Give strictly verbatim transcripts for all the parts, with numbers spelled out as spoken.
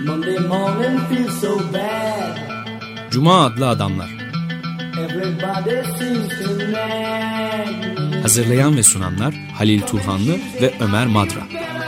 Cuma adlı adamlar. Hazırlayan ve sunanlar Halil Turhanlı ve Ömer Madra.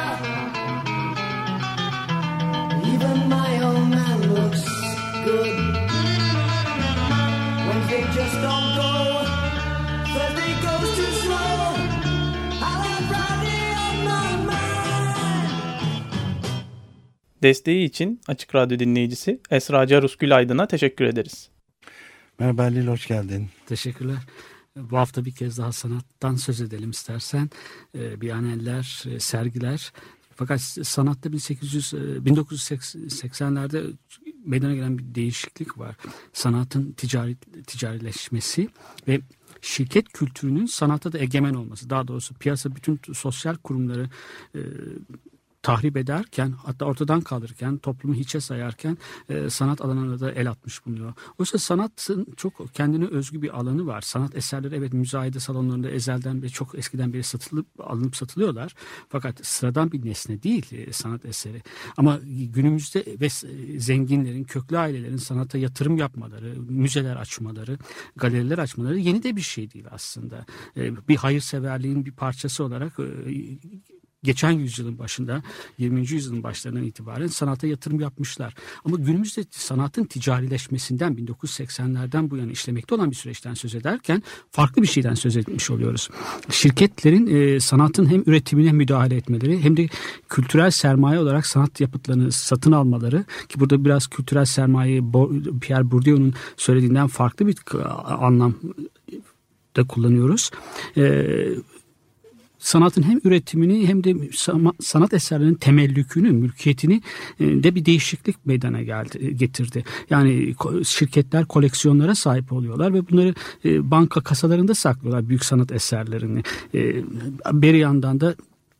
Desteği için Açık Radyo dinleyicisi Esra Carus Gülaydın'a teşekkür ederiz. Merhaba Halil, hoş geldin. Teşekkürler. Bu hafta bir kez daha sanattan söz edelim istersen. Biyaneller, sergiler. Fakat sanatta bin dokuz yüz seksenlerde meydana gelen bir değişiklik var. Sanatın ticari, ticarileşmesi ve şirket kültürünün sanatta da egemen olması. Daha doğrusu piyasa bütün sosyal kurumları e, tahrip ederken, hatta ortadan kaldırırken, toplumu hiçe sayarken e, sanat alanına da el atmış bulunuyor. Oysa sanatın çok kendine özgü bir alanı var. Sanat eserleri evet müzayede salonlarında ezelden ve çok eskiden beri satılıp alınıp satılıyorlar. Fakat sıradan bir nesne değil e, sanat eseri. Ama günümüzde ve zenginlerin, köklü ailelerin sanata yatırım yapmaları, müzeler açmaları, galeriler açmaları yeni de bir şey değil aslında. E, bir hayırseverliğin bir parçası olarak e, geçen yüzyılın başında, yirminci yüzyılın başlarından itibaren sanata yatırım yapmışlar. Ama günümüzde sanatın ticarileşmesinden bin dokuz yüz seksenlerden bu yana işlemekte olan bir süreçten söz ederken farklı bir şeyden söz etmiş oluyoruz. Şirketlerin e, sanatın hem üretimine müdahale etmeleri hem de kültürel sermaye olarak sanat yapıtlarını satın almaları, ki burada biraz kültürel sermayeyi Pierre Bourdieu'nun söylediğinden farklı bir anlam da kullanıyoruz. Evet. Sanatın hem üretimini hem de sanat eserlerinin temellükünü, mülkiyetini de bir değişiklik meydana geldi, getirdi. Yani şirketler koleksiyonlara sahip oluyorlar ve bunları banka kasalarında saklıyorlar, büyük sanat eserlerini. Bir yandan da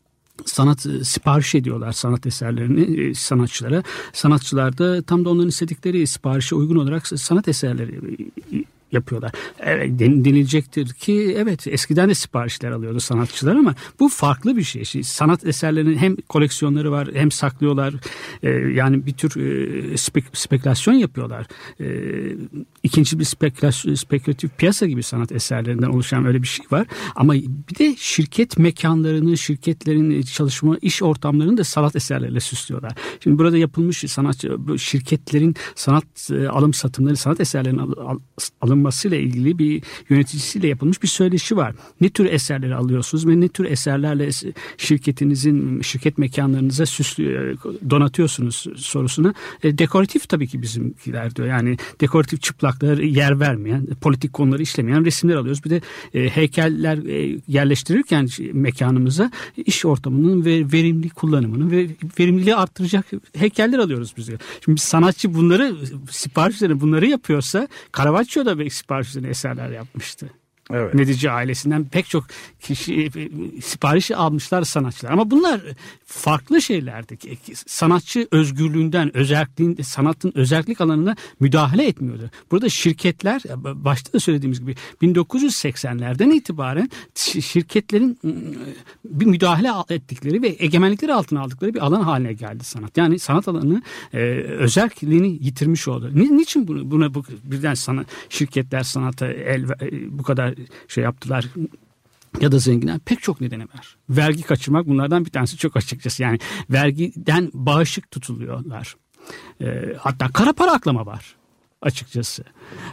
sanat sipariş ediyorlar sanat eserlerini sanatçılara. Sanatçılar da tam da onların istedikleri siparişe uygun olarak sanat eserleri yapıyorlar. Evet, denilecektir ki evet eskiden de siparişler alıyordu sanatçılar ama bu farklı bir şey. Sanat eserlerinin hem koleksiyonları var hem saklıyorlar. Ee, yani bir tür e, spek, spekülasyon yapıyorlar. Ee, ikinci bir spekülasyon, spekülatif piyasa gibi sanat eserlerinden oluşan öyle bir şey var. Ama bir de şirket mekanlarını, şirketlerin çalışma iş ortamlarını da sanat eserleriyle süslüyorlar. Şimdi burada yapılmış sanat şirketlerin sanat alım satımları, sanat eserlerinin al, al, alım ile ilgili bir yöneticisiyle yapılmış bir söyleşi var. Ne tür eserleri alıyorsunuz ve ne tür eserlerle şirketinizin, şirket mekanlarınıza süslü, donatıyorsunuz sorusuna e, dekoratif tabii ki bizimkiler diyor. Yani dekoratif çıplaklar yer vermeyen, politik konuları işlemeyen resimler alıyoruz. Bir de e, heykeller e, yerleştirirken mekanımıza iş ortamının ve verimli kullanımını ve verimliliği arttıracak heykeller alıyoruz biz. Şimdi sanatçı bunları, siparişlerini bunları yapıyorsa Caravaggio da sipariş üzerine eserler yapmıştı. Evet. Medici ailesinden pek çok kişi sipariş almışlar sanatçılar. Ama bunlar farklı şeylerdi. Sanatçı özgürlüğünden, özelliğin, sanatın özellik alanına müdahale etmiyordu. Burada şirketler, başta da söylediğimiz gibi bin dokuz yüz seksenlerden itibaren şirketlerin bir müdahale ettikleri ve egemenlikleri altına aldıkları bir alan haline geldi sanat. Yani sanat alanı e, özelliğini yitirmiş oldu. Niçin bunu, buna bu, birden sana, şirketler sanata el, bu kadar şey yaptılar ya da zenginler? Pek çok nedeni var. Vergi kaçırmak bunlardan bir tanesi çok açıkçası. Yani vergiden bağışık tutuluyorlar. E, hatta kara para aklama var açıkçası.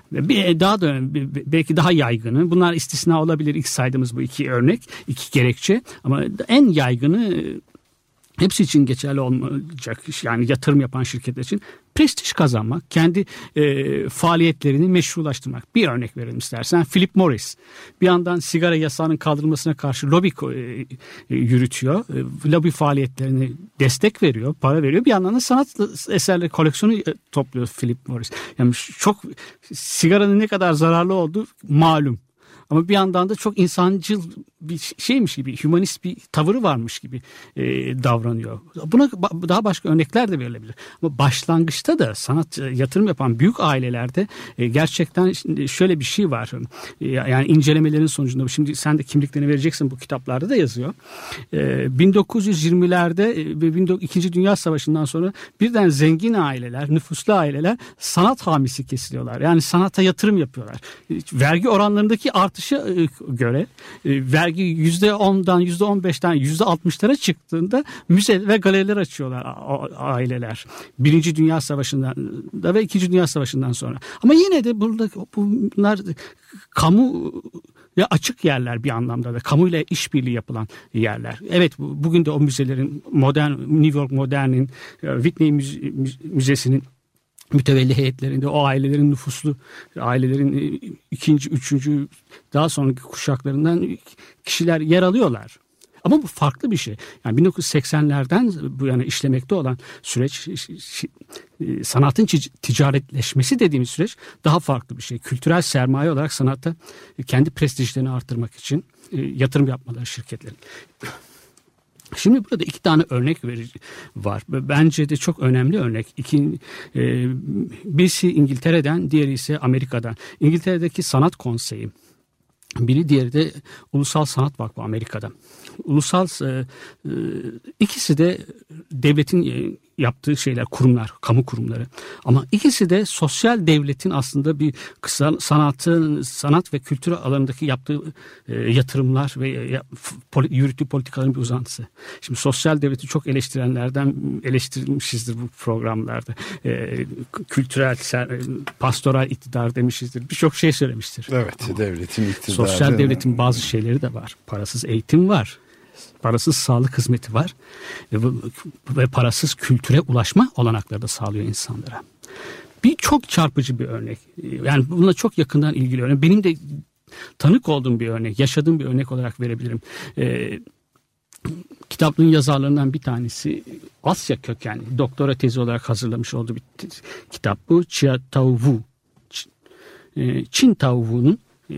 Bir daha da belki daha yaygını. Bunlar istisna olabilir. İlk saydığımız bu iki örnek, iki gerekçe. Ama en yaygını, hepsi için geçerli olmayacak, yani yatırım yapan şirketler için prestij kazanmak, kendi e, faaliyetlerini meşrulaştırmak. Bir örnek verelim istersen. Philip Morris bir yandan sigara yasağının kaldırılmasına karşı lobi e, e, yürütüyor. E, lobi faaliyetlerine destek veriyor, para veriyor. Bir yandan da sanat eserleri koleksiyonu e, topluyor Philip Morris. Yani çok sigaranın ne kadar zararlı olduğu malum. Ama bir yandan da çok insancıl bir şeymiş gibi, hümanist bir tavırı varmış gibi e, davranıyor. Buna ba- daha başka örnekler de verilebilir. Ama başlangıçta da sanat e, yatırım yapan büyük ailelerde e, gerçekten şöyle bir şey var. E, yani incelemelerin sonucunda, şimdi sen de kimliklerini vereceksin, bu kitaplarda da yazıyor. E, bin dokuz yüz yirmilerde ve İkinci Dünya Savaşı'ndan sonra birden zengin aileler, nüfuslu aileler sanat hamisi kesiliyorlar. Yani sanata yatırım yapıyorlar. Vergi oranlarındaki artışa göre vergi yüzde ondan yüzde on beşten yüzde altmışlara çıktığında müze ve galeriler açıyorlar aileler. Birinci Dünya Savaşı'ndan da ve İkinci Dünya Savaşı'ndan sonra. Ama yine de burada bunlar kamu ya açık yerler bir anlamda da, kamuyla işbirliği yapılan yerler. Evet, bugün de o müzelerin, modern New York Modern'in, Whitney Müzesi'nin mütevelli heyetlerinde o ailelerin, nüfuslu ailelerin ikinci, üçüncü, daha sonraki kuşaklarından kişiler yer alıyorlar. Ama bu farklı bir şey. Yani bin dokuz yüz seksenlerden bu yana işlemekte olan süreç, sanatın ticaretleşmesi dediğimiz süreç daha farklı bir şey. Kültürel sermaye olarak sanatta kendi prestijlerini artırmak için yatırım yapmaları şirketlerin. Şimdi burada iki tane örnek verici var. Bence de çok önemli örnek. İki, e, birisi İngiltere'den, diğeri ise Amerika'dan. İngiltere'deki Sanat Konseyi. Biri, diğeri de Ulusal Sanat Vakfı Amerika'da. Ulusal e, e, ikisi de devletin e, yaptığı şeyler, kurumlar, kamu kurumları. Ama ikisi de sosyal devletin aslında bir kısa sanatın, sanat ve kültür alanındaki yaptığı e, yatırımlar ve e, poli, yürüttüğü politikaların bir uzantısı. Şimdi sosyal devleti çok eleştirenlerden eleştirilmişizdir bu programlarda. E, kültürel, pastoral iktidar demişizdir. Birçok şey söylemiştir. Evet, ama devletin iktidarı. Sosyal devletin bazı şeyleri de var. Parasız eğitim var. Parasız sağlık hizmeti var ve, ve parasız kültüre ulaşma olanakları da sağlıyor insanlara. Bir çok çarpıcı bir örnek. Yani bununla çok yakından ilgili örnek. Benim de tanık olduğum bir örnek, yaşadığım bir örnek olarak verebilirim. Ee, kitaplığın yazarlarından bir tanesi Asya kökenli, doktora tezi olarak hazırlamış olduğu bir kitap bu. Chia Taowu, Çin tavuğunun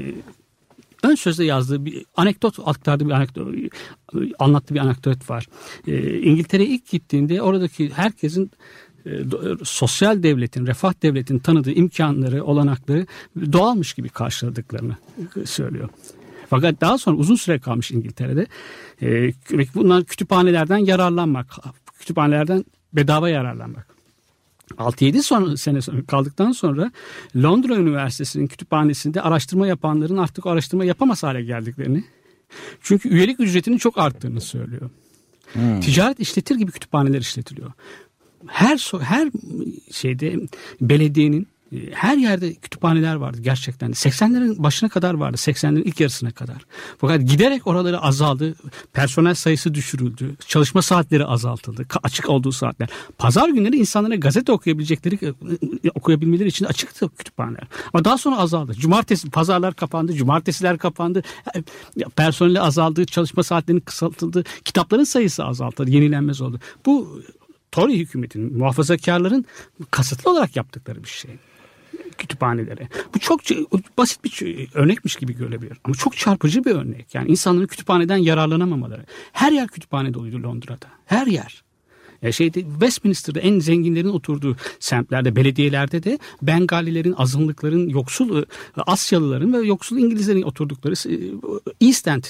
ön sözde yazdığı bir anekdot, aktardığı bir anekdot, anlattığı bir anekdot var. E, İngiltere'ye ilk gittiğinde oradaki herkesin e, sosyal devletin, refah devletin tanıdığı imkanları, olanakları doğalmış gibi karşıladıklarını söylüyor. Fakat daha sonra uzun süre kalmış İngiltere'de. E, bunlar kütüphanelerden yararlanmak, kütüphanelerden bedava yararlanmak. altı yedi son, sene sonra kaldıktan sonra Londra Üniversitesi'nin kütüphanesinde araştırma yapanların artık araştırma yapamaz hale geldiklerini, çünkü üyelik ücretinin çok arttığını söylüyor. Hmm. Ticaret işletir gibi kütüphaneler işletiliyor. Her her şeyde belediyenin her yerde kütüphaneler vardı gerçekten. seksenlerin başına kadar vardı. seksenlerin ilk yarısına kadar. Fakat giderek oraları azaldı. Personel sayısı düşürüldü. Çalışma saatleri azaltıldı. Açık olduğu saatler. Pazar günleri insanlara gazete okuyabilecekleri, okuyabilmeleri için açıktı kütüphaneler. Ama daha sonra azaldı. Cumartesi, pazarlar kapandı. Cumartesiler kapandı. Personeli azaldı. Çalışma saatlerinin kısaltıldı. Kitapların sayısı azaltıldı. Yenilenmez oldu. Bu Tory hükümetinin, muhafazakarların kasıtlı olarak yaptıkları bir şey. Kütüphanelere. Bu çok basit bir örnekmiş gibi görülebilir. Ama çok çarpıcı bir örnek. Yani insanların kütüphaneden yararlanamamaları. Her yer kütüphane doluydu Londra'da. Her yer. Ya şeyde, Westminster'da en zenginlerin oturduğu semtlerde, belediyelerde de Bengalilerin, azınlıkların, yoksul Asyalıların ve yoksul İngilizlerin oturdukları East End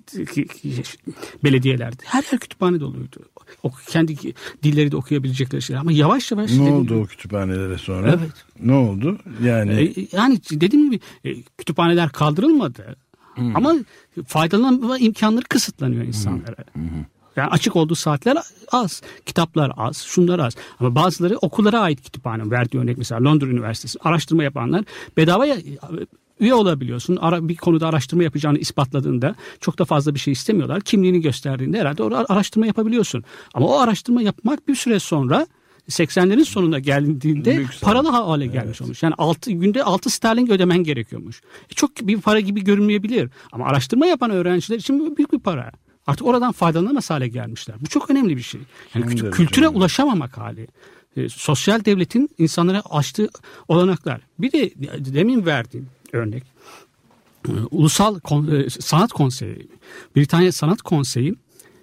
belediyelerde. Her yer kütüphane doluydu. O, kendi dilleri de okuyabilecekleri şeyler. Ama yavaş yavaş... Ne oldu o kütüphanelere sonra? Evet. Ne oldu? Yani e, yani dediğim gibi e, kütüphaneler kaldırılmadı. Hmm. Ama faydalanma imkanları kısıtlanıyor insanlara. Hmm. Hmm. Yani açık olduğu saatler az, kitaplar az, şunlar az. Ama bazıları okullara ait kütüphane. Verdiği örnek mesela Londra Üniversitesi. Araştırma yapanlar bedava üye olabiliyorsun. Bir konuda araştırma yapacağını ispatladığında çok da fazla bir şey istemiyorlar. Kimliğini gösterdiğinde herhalde orada araştırma yapabiliyorsun. Ama o araştırma yapmak bir süre sonra seksenlerin sonuna geldiğinde Lüks paralı hale gelmiş evet. olmuş. Yani altı, günde altı sterlin ödemen gerekiyormuş. E çok bir para gibi görünmeyebilir. Ama araştırma yapan öğrenciler için büyük bir para. Artık oradan faydalanamaz hale gelmişler. Bu çok önemli bir şey. Yani kütü, kültüre önemli. Ulaşamamak hali. E, sosyal devletin insanlara açtığı olanaklar. Bir de demin verdiğim örnek. Ulusal Kon- Sanat Konseyi, Britanya Sanat Konseyi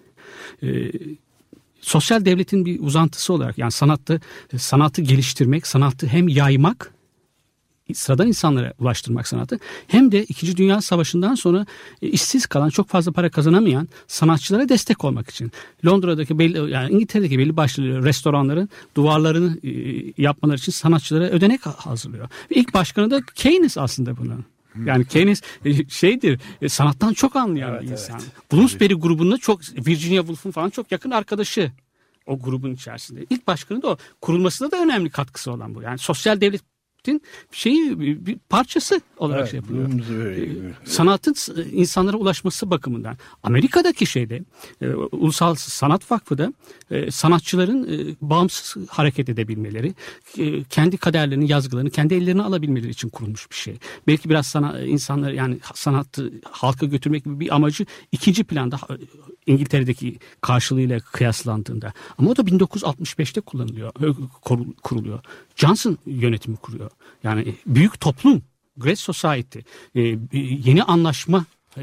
e, sosyal devletin bir uzantısı olarak, yani sanatta sanatı geliştirmek, sanatı hem yaymak, sıradan insanlara ulaştırmak sanatı, hem de İkinci Dünya Savaşı'ndan sonra işsiz kalan, çok fazla para kazanamayan sanatçılara destek olmak için Londra'daki belli, yani İngiltere'deki belli başlı restoranların duvarlarını yapmaları için sanatçılara ödenek hazırlıyor. Ve ilk başkanı da Keynes aslında bunun. Yani Keynes şeydir, sanattan çok anlayan evet, bir insan. Evet. Bloomsbury grubunda çok, Virginia Woolf'un falan çok yakın arkadaşı o grubun içerisinde. İlk başkanı da o. Kurulmasında da önemli katkısı olan bu. Yani sosyal devletin şeyi bir parçası olarak evet, şey yapılıyor. Ee, sanatın insanlara ulaşması bakımından. Amerika'daki şeyde e, Ulusal Sanat Vakfı da e, sanatçıların e, bağımsız hareket edebilmeleri, e, kendi kaderlerini, yazgılarını kendi ellerine alabilmeleri için kurulmuş bir şey. Belki biraz sana insanlar, yani sanatı halka götürmek gibi bir amacı ikinci planda İngiltere'deki karşılığıyla kıyaslandığında. Ama o da bin dokuz yüz altmış beşte kullanılıyor, kuruluyor. Johnson yönetimi kuruyor. Yani büyük toplum, Great Society, yeni anlaşma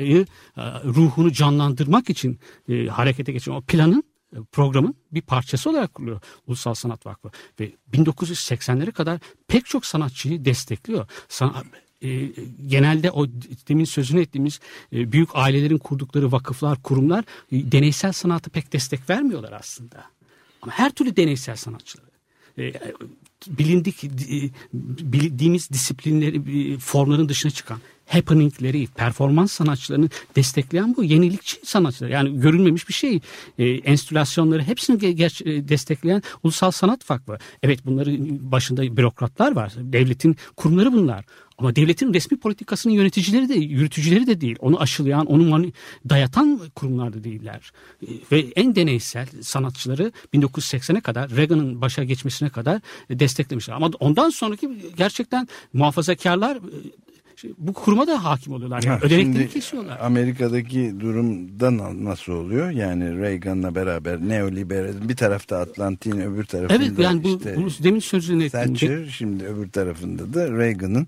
ruhunu canlandırmak için harekete geçen o planın, programın bir parçası olarak kuruluyor Ulusal Sanat Vakfı. Ve bin dokuz yüz seksenlere kadar pek çok sanatçıyı destekliyor. Sanat, e, genelde o demin sözünü ettiğimiz e, büyük ailelerin kurdukları vakıflar, kurumlar e, deneysel sanatı pek destek vermiyorlar aslında. Ama her türlü deneysel sanatçıları, e, bilindik, e, bildiğimiz disiplinleri, formların dışına çıkan happeningleri, performans sanatçılarını destekleyen bu yenilikçi sanatçılar. Yani görülmemiş bir şey. E, enstitülasyonları hepsini ger- destekleyen Ulusal Sanat Vakfı. Evet, bunların başında bürokratlar var. Devletin kurumları bunlar. Ama devletin resmi politikasının yöneticileri de, yürütücüleri de değil. Onu aşılayan, onu mani- dayatan kurumlar da değiller. E, ve en deneysel sanatçıları bin dokuz yüz seksene kadar, Reagan'ın başa geçmesine kadar e, desteklemişler. Ama ondan sonraki gerçekten muhafazakarlar bu kuruma da hakim oluyorlar. Yani ha, ödenekleri kesiyorlar. Amerika'daki durumdan nasıl oluyor? Yani Reagan'la beraber neoliberalizm, bir tarafta Atlantik'in öbür tarafında evet, yani bu, işte bunu demin sözünü ettiğim Thatcher, şimdi öbür tarafında da Reagan'ın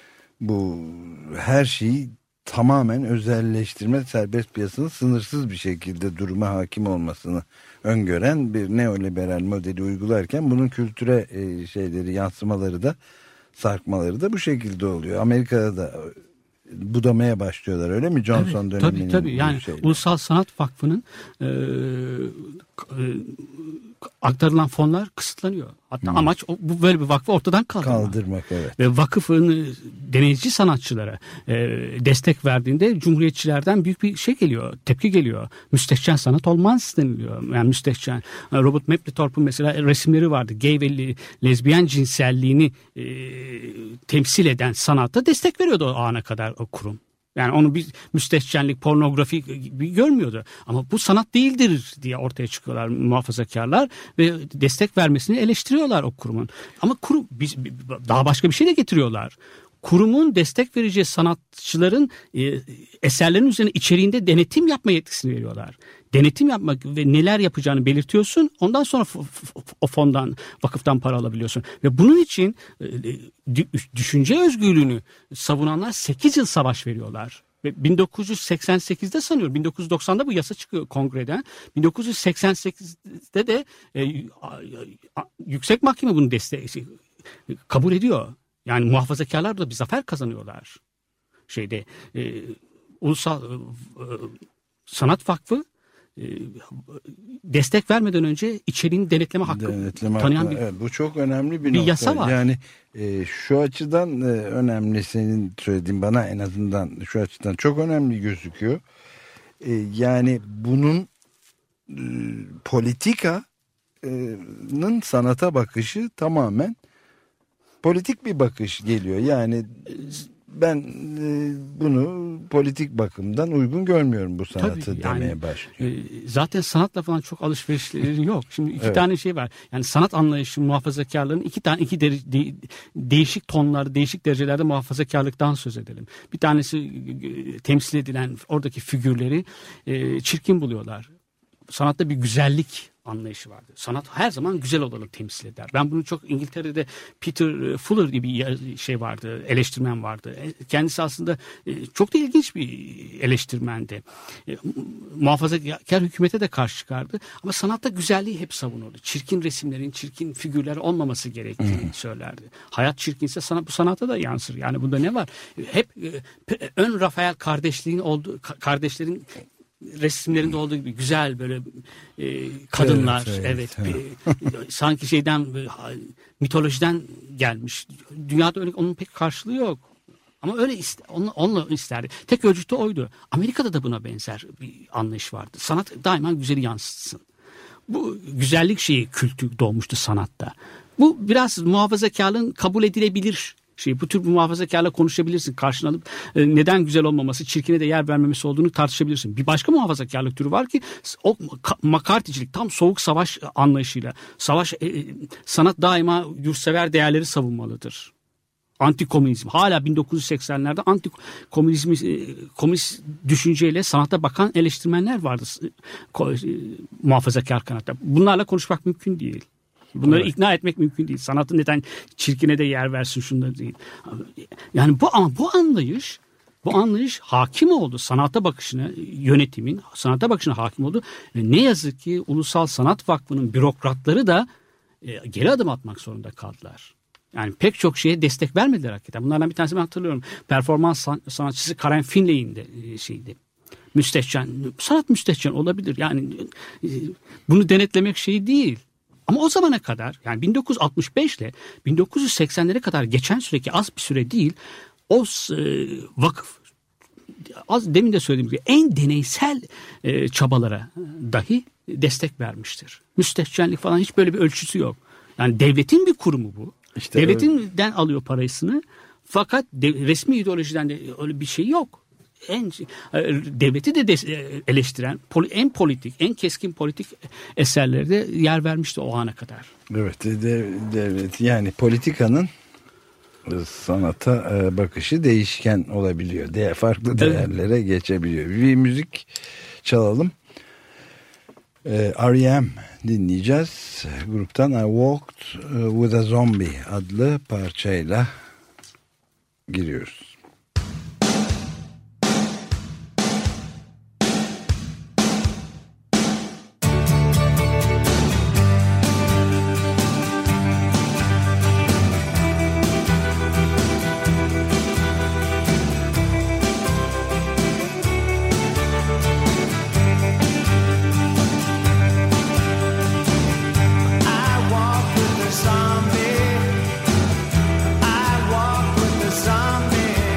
bu her şeyi tamamen özelleştirme, serbest piyasanın sınırsız bir şekilde duruma hakim olmasını öngören bir neoliberal modeli uygularken bunun kültüre şeyleri, yansımaları da, sarkmaları da bu şekilde oluyor. Amerika'da da budamaya başlıyorlar, öyle mi? Johnson evet, döneminin. Tabii tabii. Yani şeyleri. Ulusal Sanat Vakfı'nın e, e, aktarılan fonlar kısıtlanıyor. Hatta hmm. amaç o, bu böyle bir vakfı ortadan kaldırmak. Kaldırmak evet. Ve vakıfın deneyici sanatçılara e, destek verdiğinde cumhuriyetçilerden büyük bir şey geliyor, tepki geliyor. Müstehcen sanat olmaz deniliyor. Yani müstehcen. Robert Mapplethorpe'un mesela resimleri vardı. Gay ve lezbiyen cinselliğini e, temsil eden sanata destek veriyordu o ana kadar o kurum. Yani onu bir müstehcenlik, pornografi gibi görmüyordu. Ama bu sanat değildir diye ortaya çıkıyorlar muhafazakarlar ve destek vermesini eleştiriyorlar o kurumun. Ama kurum biz, daha başka bir şey de getiriyorlar. Kurumun destek vereceği sanatçıların e, eserlerin üzerine içeriğinde denetim yapma yetkisini veriyorlar. Denetim yapmak ve neler yapacağını belirtiyorsun. Ondan sonra f- f- o fondan, vakıftan para alabiliyorsun. Ve bunun için e, düşünce özgürlüğünü savunanlar sekiz yıl savaş veriyorlar. Ve bin dokuz yüz seksen sekizde sanıyorum, bin dokuz yüz doksanda bu yasa çıkıyor kongreden. bin dokuz yüz seksen sekizde de e, a, Yüksek Mahkeme bunu destek şey, kabul ediyor. Yani muhafazakarlar da bir zafer kazanıyorlar. Şeyde e, Ulusal e, Sanat Vakfı e, destek vermeden önce içeriğin denetleme hakkı denetleme tanıyan hakkı, bir, evet, bu çok önemli bir, bir nokta. Yasa var. Yani e, şu açıdan e, önemli, senin söylediğin bana en azından şu açıdan çok önemli gözüküyor. E, yani bunun e, politikanın sanata bakışı tamamen politik bir bakış geliyor. Yani ben e, bunu politik bakımdan uygun görmüyorum bu sanatı Tabii, demeye yani, başlıyor. E, zaten sanatla falan çok alışverişleri yok. Şimdi iki evet. tane şey var. Yani sanat anlayışı muhafazakarlığın iki tane iki de, de, değişik tonlarda, değişik derecelerde muhafazakarlıktan söz edelim. Bir tanesi e, temsil edilen oradaki figürleri e, çirkin buluyorlar. Sanatta bir güzellik anlayışı vardı. Sanat her zaman güzel olanı temsil eder. Ben bunu çok İngiltere'de Peter Fuller gibi bir şey vardı, eleştirmen vardı. Kendisi aslında çok da ilginç bir eleştirmendi. Muhafazakar hükümete de karşı çıkardı. Ama sanatta güzelliği hep savunurdu. Çirkin resimlerin, çirkin figürler olmaması gerektiğini hmm. söylerdi. Hayat çirkinse sanat, bu sanata da yansır. Yani bunda ne var? Hep ön Rafael kardeşliğin olduğu, kardeşlerin resimlerinde olduğu gibi güzel böyle e, kadınlar, evet, evet, evet. E, sanki şeyden mitolojiden gelmiş. Dünyada öyle onun pek karşılığı yok. Ama öyle iste, onunla, onunla isterdi. Tek ölçütü oydu. Amerika'da da buna benzer bir anlayış vardı. Sanat daima güzeli yansıtsın. Bu güzellik şeyi, kültü doğmuştu sanatta. Bu biraz muhafazakarlığın kabul edilebilir şey. Bu tür bir muhafazakarla konuşabilirsin. Karşına alıp e, neden güzel olmaması, çirkine de yer vermemesi olduğunu tartışabilirsin. Bir başka muhafazakarlık türü var ki o makarticilik, tam soğuk savaş anlayışıyla. Savaş, e, sanat daima yurtsever değerleri savunmalıdır. Antikomünizm. Hala bin dokuz yüz seksenlerde antikomünizm, komünist düşünceyle sanata bakan eleştirmenler vardı muhafazakar kanatta. Bunlarla konuşmak mümkün değil. Bunları evet. ikna etmek mümkün değil. Sanatın neden çirkine de yer versin, şunları değil. Yani bu ama bu anlayış bu anlayış hakim oldu. Sanata bakışına, yönetimin sanata bakışına hakim oldu. Ve ne yazık ki Ulusal Sanat Vakfı'nın bürokratları da e, geri adım atmak zorunda kaldılar. Yani pek çok şeye destek vermediler hakikaten. Bunlardan bir tanesi ben hatırlıyorum. Performans sanatçısı Karen Finlay'in de şeydi. Müstehcen. Sanat müstehcen olabilir. Yani bunu denetlemek şey değil. Ama o zamana kadar, yani bin dokuz yüz altmış beş ile bin dokuz yüz seksenlere kadar geçen süreki az bir süre değil. O e, vakıf, az demin de söylediğim gibi en deneysel e, çabalara dahi destek vermiştir. Müstehcenlik falan hiç böyle bir ölçüsü yok. Yani devletin bir kurumu bu. İşte devletinden öyle alıyor parasını, fakat de, resmi ideolojiden de öyle bir şey yok. En devleti de, de eleştiren en politik, en keskin politik eserlerde yer vermişti o ana kadar. Evet, de, devlet yani politikanın sanata bakışı değişken olabiliyor. De, farklı değerlere evet. geçebiliyor. Bir müzik çalalım. R E M dinleyeceğiz. Gruptan I Walked with a Zombie adlı parçayla giriyoruz. Zombie, I walk with the zombie.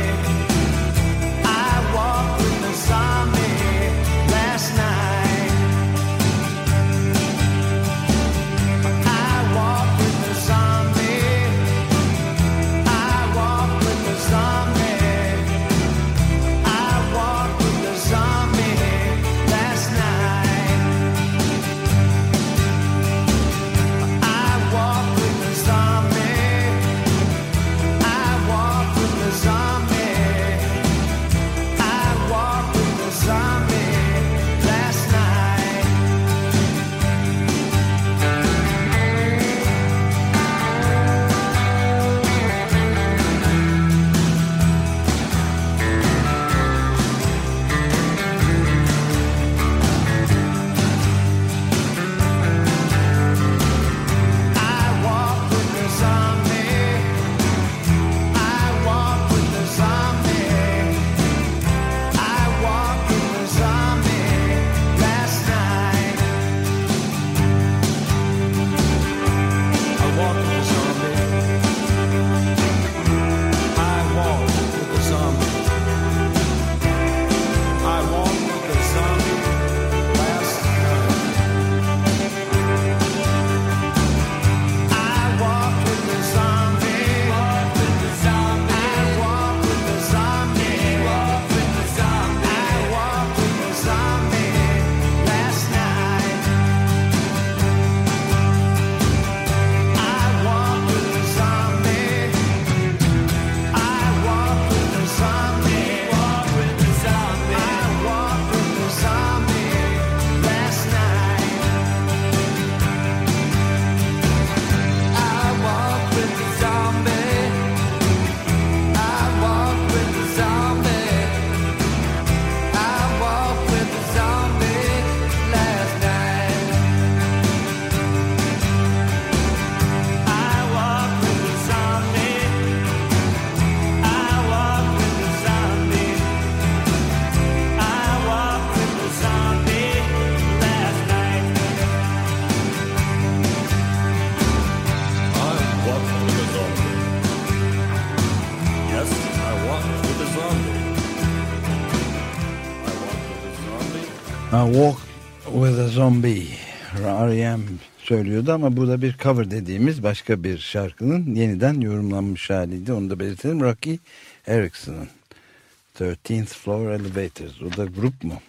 A Walk with a Zombie, R E M söylüyordu ama bu da bir cover dediğimiz başka bir şarkının yeniden yorumlanmış haliydi. Onu da belirtelim. Rocky Erickson'ın thirteenth Floor Elevators. O da grup mu?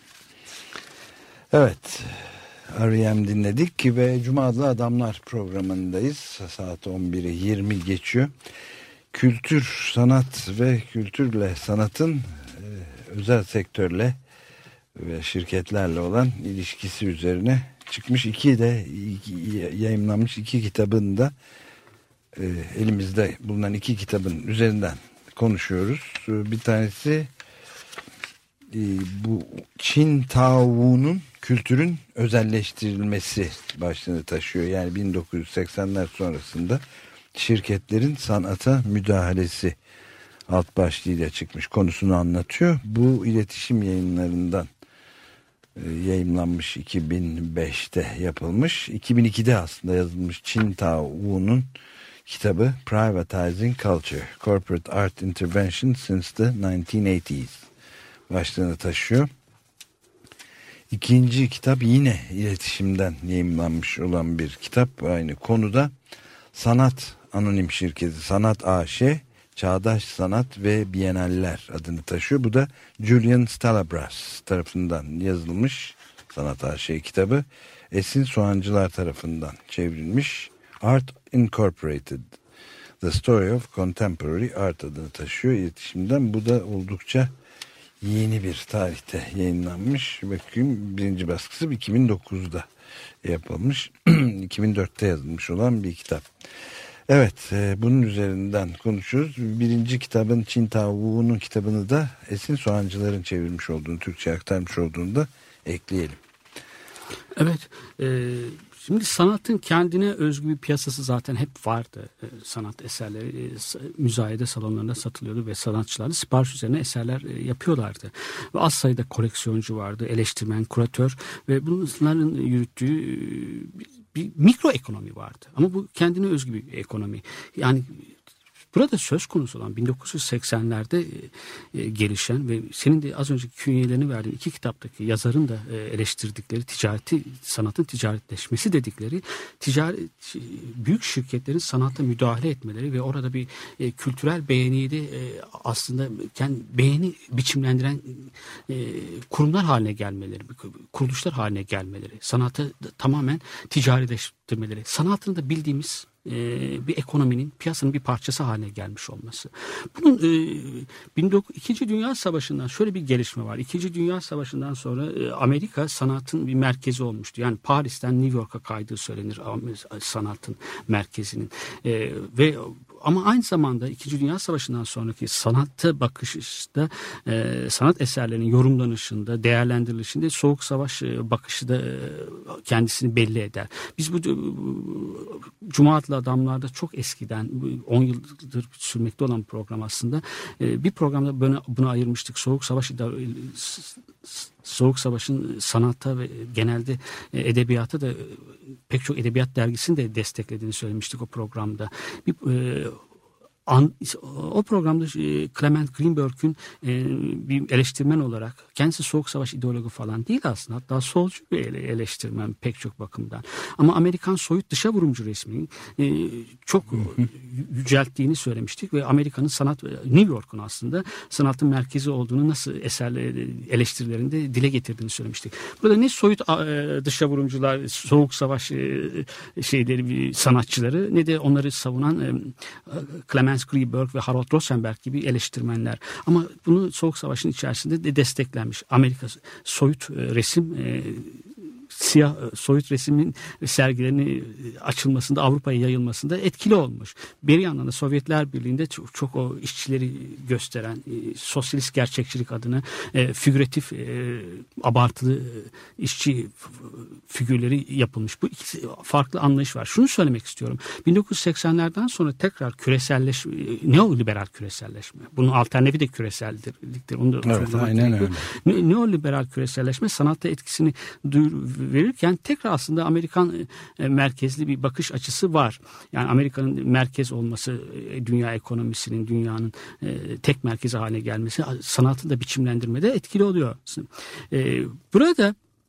Evet. R E M dinledik ki ve Cuma Adlı Adamlar programındayız. Saat on biri yirmi geçiyor. Kültür, sanat ve kültürle sanatın e, özel sektörle ve şirketlerle olan ilişkisi üzerine çıkmış iki de iki, yayımlanmış iki kitabın da e, elimizde bulunan iki kitabın üzerinden konuşuyoruz. Bir tanesi e, bu Çin tavuğunun kültürün özelleştirilmesi başlığını taşıyor. Yani bin dokuz yüz seksenler sonrasında şirketlerin sanata müdahalesi alt başlığıyla çıkmış, konusunu anlatıyor. Bu iletişim yayınlarından e, yayımlanmış, iki bin beşte yapılmış. iki bin ikide aslında yazılmış Çin tavuğunun kitabı Privatizing Culture, Corporate Art Intervention Since the nineteen eighties başlığını taşıyor. İkinci kitap yine iletişimden yayımlanmış olan bir kitap. Aynı konuda Sanat Anonim Şirketi, Sanat A Ş, Çağdaş Sanat ve Biyenaller adını taşıyor. Bu da Julian Stalabras tarafından yazılmış Sanat A Ş kitabı. Esin Soğancılar tarafından çevrilmiş. Art Incorporated, The Story of Contemporary Art adını taşıyor iletişimden. Bu da oldukça yeni bir tarihte yayınlanmış. Bakayım, birinci baskısı iki bin dokuzda yapılmış. iki bin dörtte yazılmış olan bir kitap. Evet, e, bunun üzerinden konuşuyoruz. Birinci kitabın, Çin tavuğunun kitabını da Esin Soğancılar'ın çevirmiş olduğunu, Türkçe aktarmış olduğunu da ekleyelim. Evet, e, şimdi sanatın kendine özgü bir piyasası zaten hep vardı. E, sanat eserleri e, müzayede salonlarında satılıyordu ve sanatçılar sipariş üzerine eserler e, yapıyorlardı. Ve az sayıda koleksiyoncu vardı, eleştirmen, kuratör ve bunların yürüttüğü e, bir mikro ekonomi vardı. Ama bu kendine özgü bir ekonomi. Yani burada söz konusu olan bin dokuz yüz seksenlerde e, gelişen ve senin de az önceki künyelerini verdiğin iki kitaptaki yazarın da e, eleştirdikleri ticareti, sanatın ticaretleşmesi dedikleri ticaret, büyük şirketlerin sanata müdahale etmeleri ve orada bir e, kültürel beğeniyi de e, aslında kendi beğeni biçimlendiren e, kurumlar haline gelmeleri, kuruluşlar haline gelmeleri, sanatı tamamen ticarileştirmeleri, sanatını da bildiğimiz bir ekonominin, piyasanın bir parçası haline gelmiş olması. Bunun e, İkinci Dünya Savaşı'ndan şöyle bir gelişme var. İkinci Dünya Savaşı'ndan sonra e, Amerika sanatın bir merkezi olmuştu. Yani Paris'ten New York'a kaydığı söylenir sanatın merkezinin. E, ve ama aynı zamanda İkinci Dünya Savaşı'ndan sonraki sanatta bakışta, e, sanat eserlerinin yorumlanışında, değerlendirilişinde Soğuk Savaş e, bakışı da e, kendisini belli eder. Biz bu e, Cuma Adlı Adamlar'da çok eskiden, on yıldır sürmekte olan program aslında, e, bir programda buna, buna ayırmıştık. Soğuk Savaş Soğuk Savaş'ın sanatta ve genelde edebiyata da, pek çok edebiyat dergisini de desteklediğini söylemiştik o programda. Bir, e, An, o programda Clement Greenberg'ün e, bir eleştirmen olarak, kendisi Soğuk Savaş ideologu falan değil aslında, hatta solcu bir eleştirmen pek çok bakımdan. Ama Amerikan soyut dışa vurumcu resminin e, çok yücelttiğini söylemiştik ve Amerika'nın sanat, New York'un aslında sanatın merkezi olduğunu nasıl eserleri, eleştirilerinde dile getirdiğini söylemiştik. Burada ne soyut e, dışa vurumcular, Soğuk Savaş e, şeyleri, sanatçıları, ne de onları savunan e, Clement Greenberg ve Harold Rosenberg gibi eleştirmenler. Ama bunu Soğuk Savaş'ın içerisinde de desteklenmiş. Amerika soyut resim, e, siyah soyut resmin sergilerinin açılmasında, Avrupa'ya yayılmasında etkili olmuş. Bir yandan da Sovyetler Birliği'nde çok, çok o işçileri gösteren e, sosyalist gerçekçilik adına e, figüratif, e, abartılı e, işçi figürleri yapılmış. Bu ikisi farklı anlayış var. Şunu söylemek istiyorum. bin dokuz yüz seksenlerden sonra tekrar küreselleşme, neoliberal küreselleşme. Bunun alternatifi de küreseldir. Onu da evet, aynen öyle. Ne, neoliberal küreselleşme sanatta etkisini duyur, verirken tekrar aslında Amerikan e, merkezli bir bakış açısı var. Yani Amerika'nın merkez olması, e, dünya ekonomisinin, dünyanın e, tek merkezi haline gelmesi sanatın da biçimlendirmede etkili oluyor. E, burada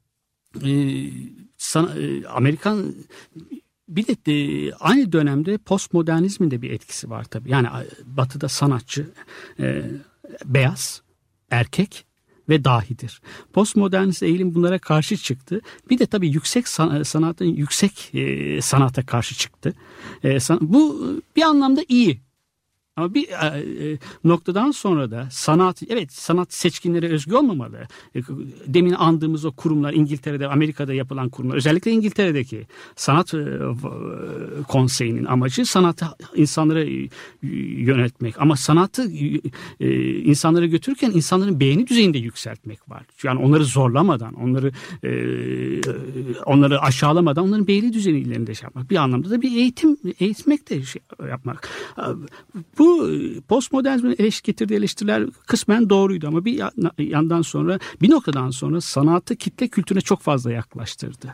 e, sana, e, Amerikan bir de e, aynı dönemde postmodernizmin de bir etkisi var tabii. Yani Batı'da sanatçı e, beyaz, erkek ve dahidir. Postmodernist eğilim bunlara karşı çıktı. Bir de tabii yüksek sanatın yüksek e, sanata karşı çıktı. E, san, bu bir anlamda iyi. Ama bir e, noktadan sonra da sanat, evet sanat seçkinlere özgü olmamalı. E, demin andığımız o kurumlar, İngiltere'de, Amerika'da yapılan kurumlar, özellikle İngiltere'deki sanat e, konseyinin amacı sanatı insanlara yöneltmek. Ama sanatı e, insanlara götürürken insanların beğeni düzeyinde yükseltmek var. Yani onları zorlamadan, onları e, onları aşağılamadan, onların beğeni düzeylerinde şey yapmak. Bir anlamda da bir eğitim, eğitmek de şey yapmak. Bu postmodernizmin eleş, getirdiği eleştiriler kısmen doğruydu ama bir yandan sonra, bir noktadan sonra sanatı kitle kültürüne çok fazla yaklaştırdı.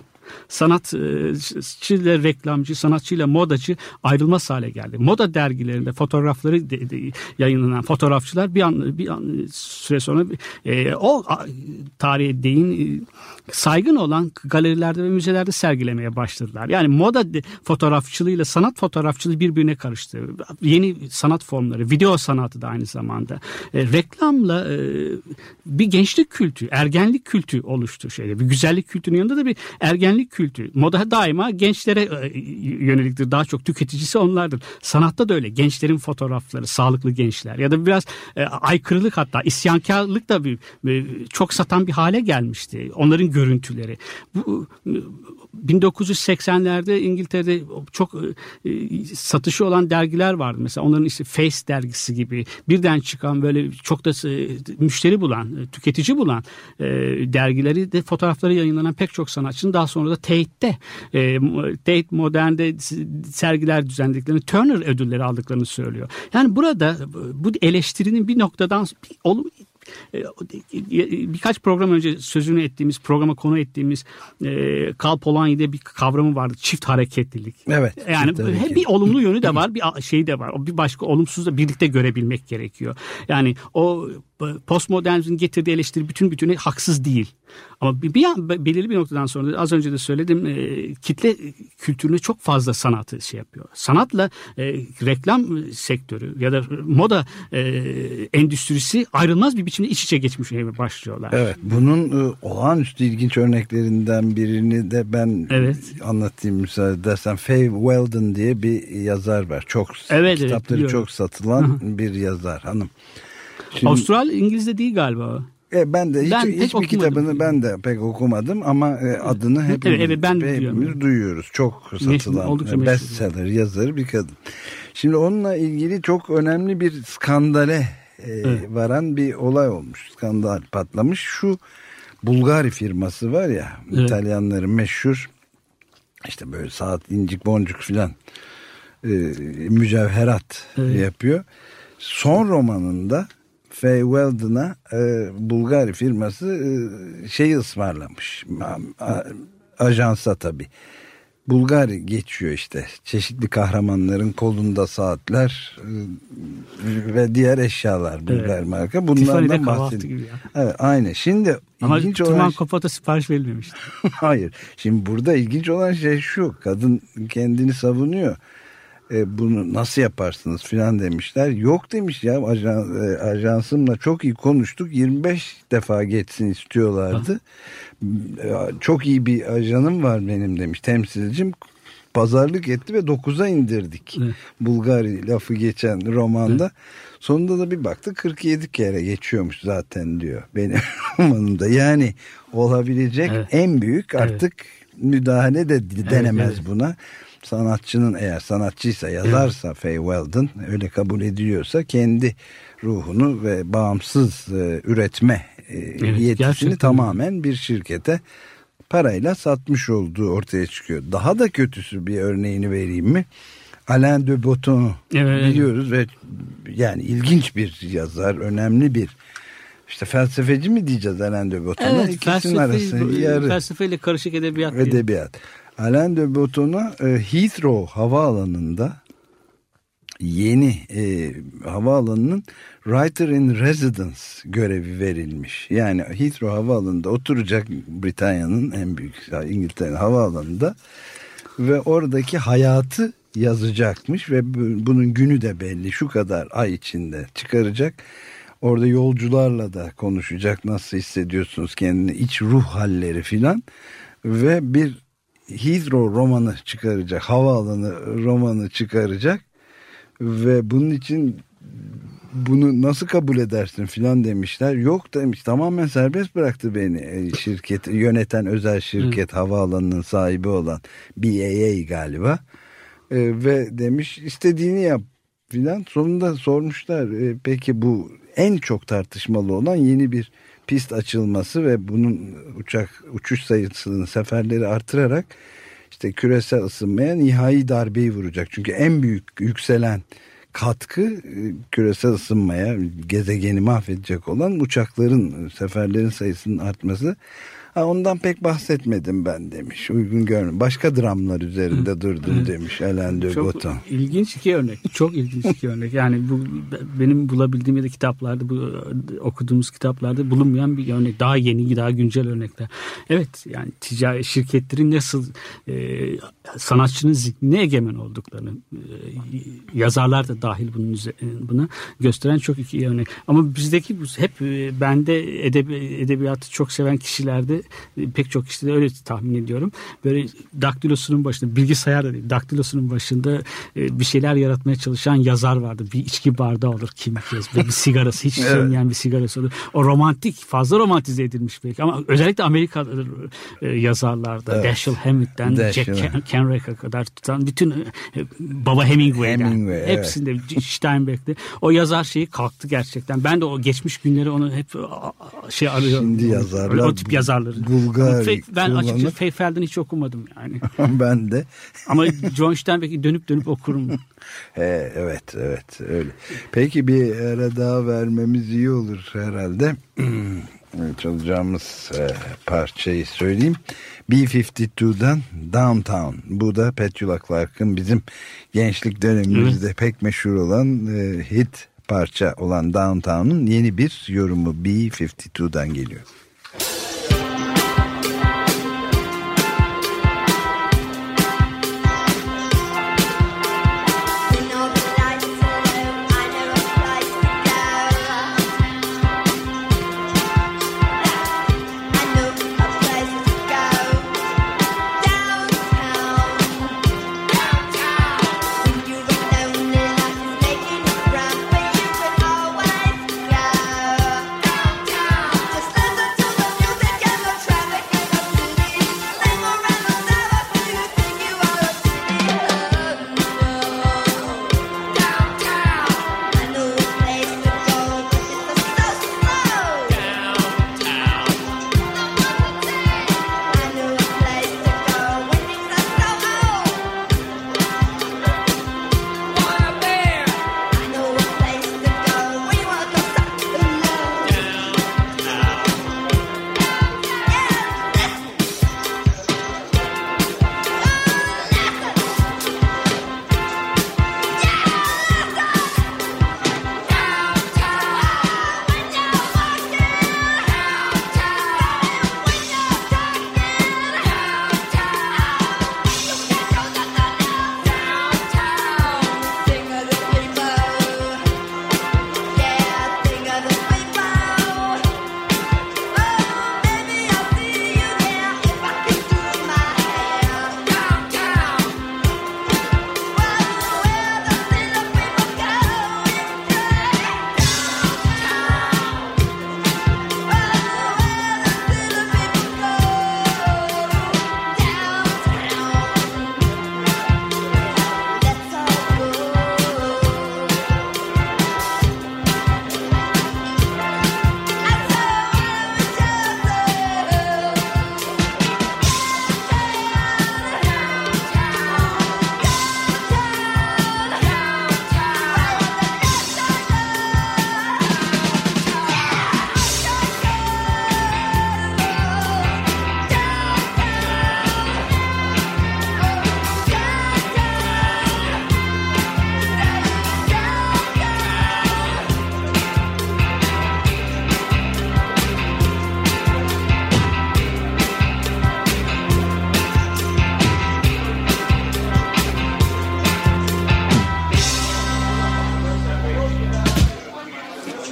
Sanatçıyla reklamcı, sanatçıyla modacı ayrılmaz hale geldi. Moda dergilerinde fotoğrafları de, de, yayınlanan fotoğrafçılar bir an, bir an süre sonra e, o tarihe değin e, saygın olan galerilerde ve müzelerde sergilemeye başladılar. Yani moda de, fotoğrafçılığıyla sanat fotoğrafçılığı birbirine karıştı. Yeni sanat formları, video sanatı da aynı zamanda. E, reklamla e, bir gençlik kültü, ergenlik kültü oluştu şeyde. Bir güzellik kültünün yanında da bir ergenlik kültü. Moda daima gençlere yöneliktir. Daha çok tüketicisi onlardır. Sanatta da öyle. Gençlerin fotoğrafları, sağlıklı gençler ya da biraz e, aykırılık, hatta isyankarlık da bir, e, çok satan bir hale gelmişti. Onların görüntüleri. Bu bin dokuz yüz seksenlerde İngiltere'de çok e, satışı olan dergiler vardı. Mesela onların işte Face dergisi gibi birden çıkan böyle çok da e, müşteri bulan, e, tüketici bulan e, dergileri de fotoğrafları yayınlanan pek çok sanatçının daha sonra da Tate'de e, Tate Modern'de sergiler düzenlediklerini, Turner ödülleri aldıklarını söylüyor. Yani burada bu eleştirinin bir noktadan bir, olum, birkaç program önce sözünü ettiğimiz, programa konu ettiğimiz e, Karl Polanyi'de bir kavramı vardı. Çift hareketlilik. Evet. Yani hem bir olumlu yönü de var, bir şey de var. O bir başka olumsuz da birlikte görebilmek gerekiyor. Yani o postmodernizmin getirdiği eleştiri bütün bütüne haksız değil. Ama bir, bir belirli bir noktadan sonra az önce de söyledim, e, kitle kültürüne çok fazla sanatı şey yapıyor. Sanatla e, reklam sektörü ya da moda e, endüstrisi ayrılmaz bir biçimde iç içe geçmiş başlıyorlar. Evet, bunun e, olağanüstü ilginç örneklerinden birini de ben evet. anlatayım müsaade edersen. Faye Weldon diye bir yazar var. Çok evet, kitapları evet, çok satılan bir yazar hanım. Şimdi, Avustralya İngilizce değil galiba. E, ben de hiç, ben hiçbir kitabını ben de pek okumadım ama e, adını hepimiz, evet, evet, ben hepimiz duyuyoruz. Çok satılan bestseller yazarı bir kadın. Şimdi onunla ilgili çok önemli bir skandale e, evet. varan bir olay olmuş. Skandal patlamış. Şu Bulgari firması var ya, evet. İtalyanların meşhur işte böyle saat, incik, boncuk filan e, mücevherat evet. yapıyor. Son romanında Faye Weldon'a e, Bulgari firması e, şeyi ısmarlamış. A, ajansa tabii. Bulgari geçiyor işte. Çeşitli kahramanların kolunda saatler e, ve diğer eşyalar Bulgari evet. marka. Bunlardan bahsediyor. Evet, aynı. Şimdi ama Truman Capote'a sipariş verilmemişti. Hayır. Şimdi burada ilginç olan şey şu. Kadın kendini savunuyor. E, bunu nasıl yaparsınız filan demişler. Yok demiş ya, ajan, e, ajansımla çok iyi konuştuk. yirmi beş defa geçsin istiyorlardı. E, çok iyi bir ajanım var benim demiş temsilcim. Pazarlık etti ve dokuza indirdik. Evet. Bulgari lafı geçen romanda. Evet. Sonunda da bir baktı kırk yedi kere geçiyormuş zaten diyor benim romanımda. Yani olabilecek evet. en büyük artık evet. müdahale de denemez evet, evet. buna. Sanatçının eğer sanatçıysa, yazarsa evet. Faye Weldon öyle kabul ediliyorsa kendi ruhunu ve bağımsız e, üretme e, evet, yetisini gerçekten. Tamamen bir şirkete parayla satmış olduğu ortaya çıkıyor. Daha da kötüsü, bir örneğini vereyim mi? Alain de Botton'u evet. biliyoruz ve yani ilginç bir yazar, önemli bir işte felsefeci mi diyeceğiz Alain de Botton'a? Evet, İkisinin arası yarı. Felsefeyle karışık edebiyat. Edebiyat. Alain de Botton'a Heathrow havaalanında yeni e, havaalanının Writer in Residence görevi verilmiş. Yani Heathrow Havaalanı'nda oturacak, Britanya'nın en büyük, İngiltere'nin havaalanında ve oradaki hayatı yazacakmış ve bunun günü de belli, şu kadar ay içinde çıkaracak. Orada yolcularla da konuşacak, nasıl hissediyorsunuz kendini, iç ruh halleri filan, ve bir Heathrow romanı çıkaracak, havaalanı romanı çıkaracak ve bunun için bunu nasıl kabul edersin filan demişler. Yok demiş, tamamen serbest bıraktı beni şirket yöneten, özel şirket, Hı. havaalanının sahibi olan B A A galiba, e, ve demiş istediğini yap filan. Sonunda sormuşlar, e, peki bu en çok tartışmalı olan yeni bir pist açılması ve bunun uçak uçuş sayısını, seferleri artırarak işte küresel ısınmaya nihai darbeyi vuracak. Çünkü en büyük yükselen katkı küresel ısınmaya, gezegeni mahvedecek olan uçakların, seferlerin sayısının artması. Ha, ondan pek bahsetmedim ben demiş. Uygun görmedim. Başka dramlar üzerinde Hı. durdum evet. demiş Alain de Botton. Çok ilginç iki örnek. Çok ilginç iki örnek. Yani bu benim bulabildiğim ya da kitaplarda, bu okuduğumuz kitaplarda bulunmayan bir örnek. Daha yeni, daha güncel örnekler. Evet, yani ticari şirketlerin nasıl e, sanatçının zihnine egemen olduklarını, e, yazarlar da dahil bunun üzerine, buna gösteren çok iki örnek. Ama bizdeki bu hep e, bende edebi, edebiyatı çok seven kişilerde, pek çok kişide öyle tahmin ediyorum. Böyle daktilosunun başında, bilgisayar da değil, daktilosunun başında bir şeyler yaratmaya çalışan yazar vardı. Bir içki bardağı olur kimi kez ve bir sigarası, hiç sönmeyen bir sigarası olur. O romantik, fazla romantize edilmiş belki ama özellikle Amerika yazarlarda, evet. Dashiell Hammett'ten Jack Kerouac'a kadar tutan bütün Baba Hemingway'den Hemingway, hepsinde, evet. Steinbeck'te o yazar şeyi kalktı gerçekten. Ben de o geçmiş günleri onu hep şey arıyorum. Şimdi yazarlar, o tip yazarları. Bulgar ben açıkçası Feyfeld'den hiç okumadım yani. Ben de. Ama John Steinbeck'i dönüp dönüp okurum. He, evet evet öyle. Peki bir ara daha vermemiz iyi olur herhalde. Çalacağımız e, parçayı söyleyeyim. B elli iki'den Downtown. Bu da Petula Clark'ın bizim gençlik dönemimizde evet. pek meşhur olan e, hit parça olan Downtown'un yeni bir yorumu B elli iki'den geliyor. Just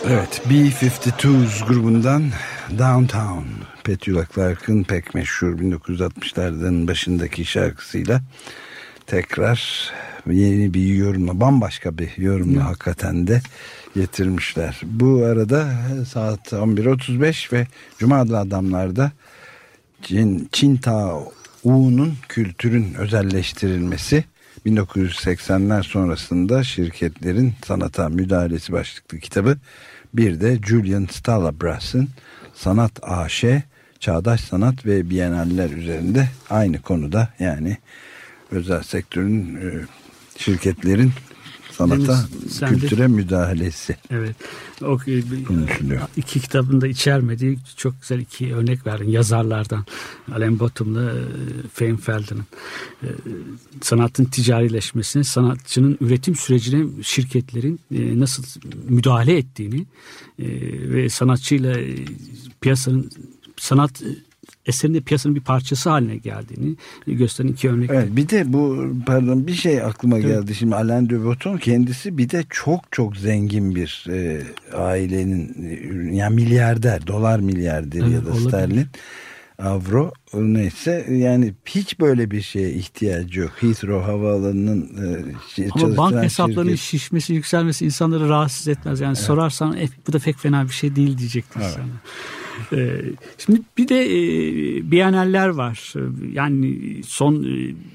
Evet, B yirmi iki grubundan Downtown, Petula Clark'ın pek meşhur bin dokuz yüz altmışlardan başındaki şarkısıyla tekrar yeni bir yorumla, bambaşka bir yorumla hmm. hakikaten de getirmişler. Bu arada saat on bir otuz beş ve Cuma Adlı Adamlar'da Çin, Çintao'nun kültürün özelleştirilmesi, bin dokuz yüz seksenler sonrasında şirketlerin sanata müdahalesi başlıklı kitabı, bir de Julian Stalabras'ın Sanat A Ş, Çağdaş Sanat ve Biyenaller üzerinde aynı konuda, yani özel sektörün, şirketlerin sanata, Deniz, kültüre de, müdahalesi. Evet. O konuşuluyor. İki kitabın da içermediği çok güzel iki örnek verdin yazarlardan. Alain Bottom'la Fame Felden'ın sanatın ticarileşmesine, sanatçının üretim sürecine şirketlerin nasıl müdahale ettiğini ve sanatçıyla piyasanın, sanat eserinde piyasanın bir parçası haline geldiğini gösteren iki örnek. Evet, bir de bu, pardon, bir şey aklıma evet. geldi şimdi. Alain de Botton kendisi bir de çok çok zengin bir e, ailenin, yani milyarder, dolar milyarderi evet, ya da olabilir. Sterlin, avro neyse, yani hiç böyle bir şeye ihtiyacı yok. Heathrow havaalanının e, ama bank hesaplarının şirket... şişmesi, yükselmesi insanları rahatsız etmez. Yani evet. sorarsan e, bu da pek fena bir şey değil diyecektir evet. sana. Şimdi bir de Biyenaller var. Yani son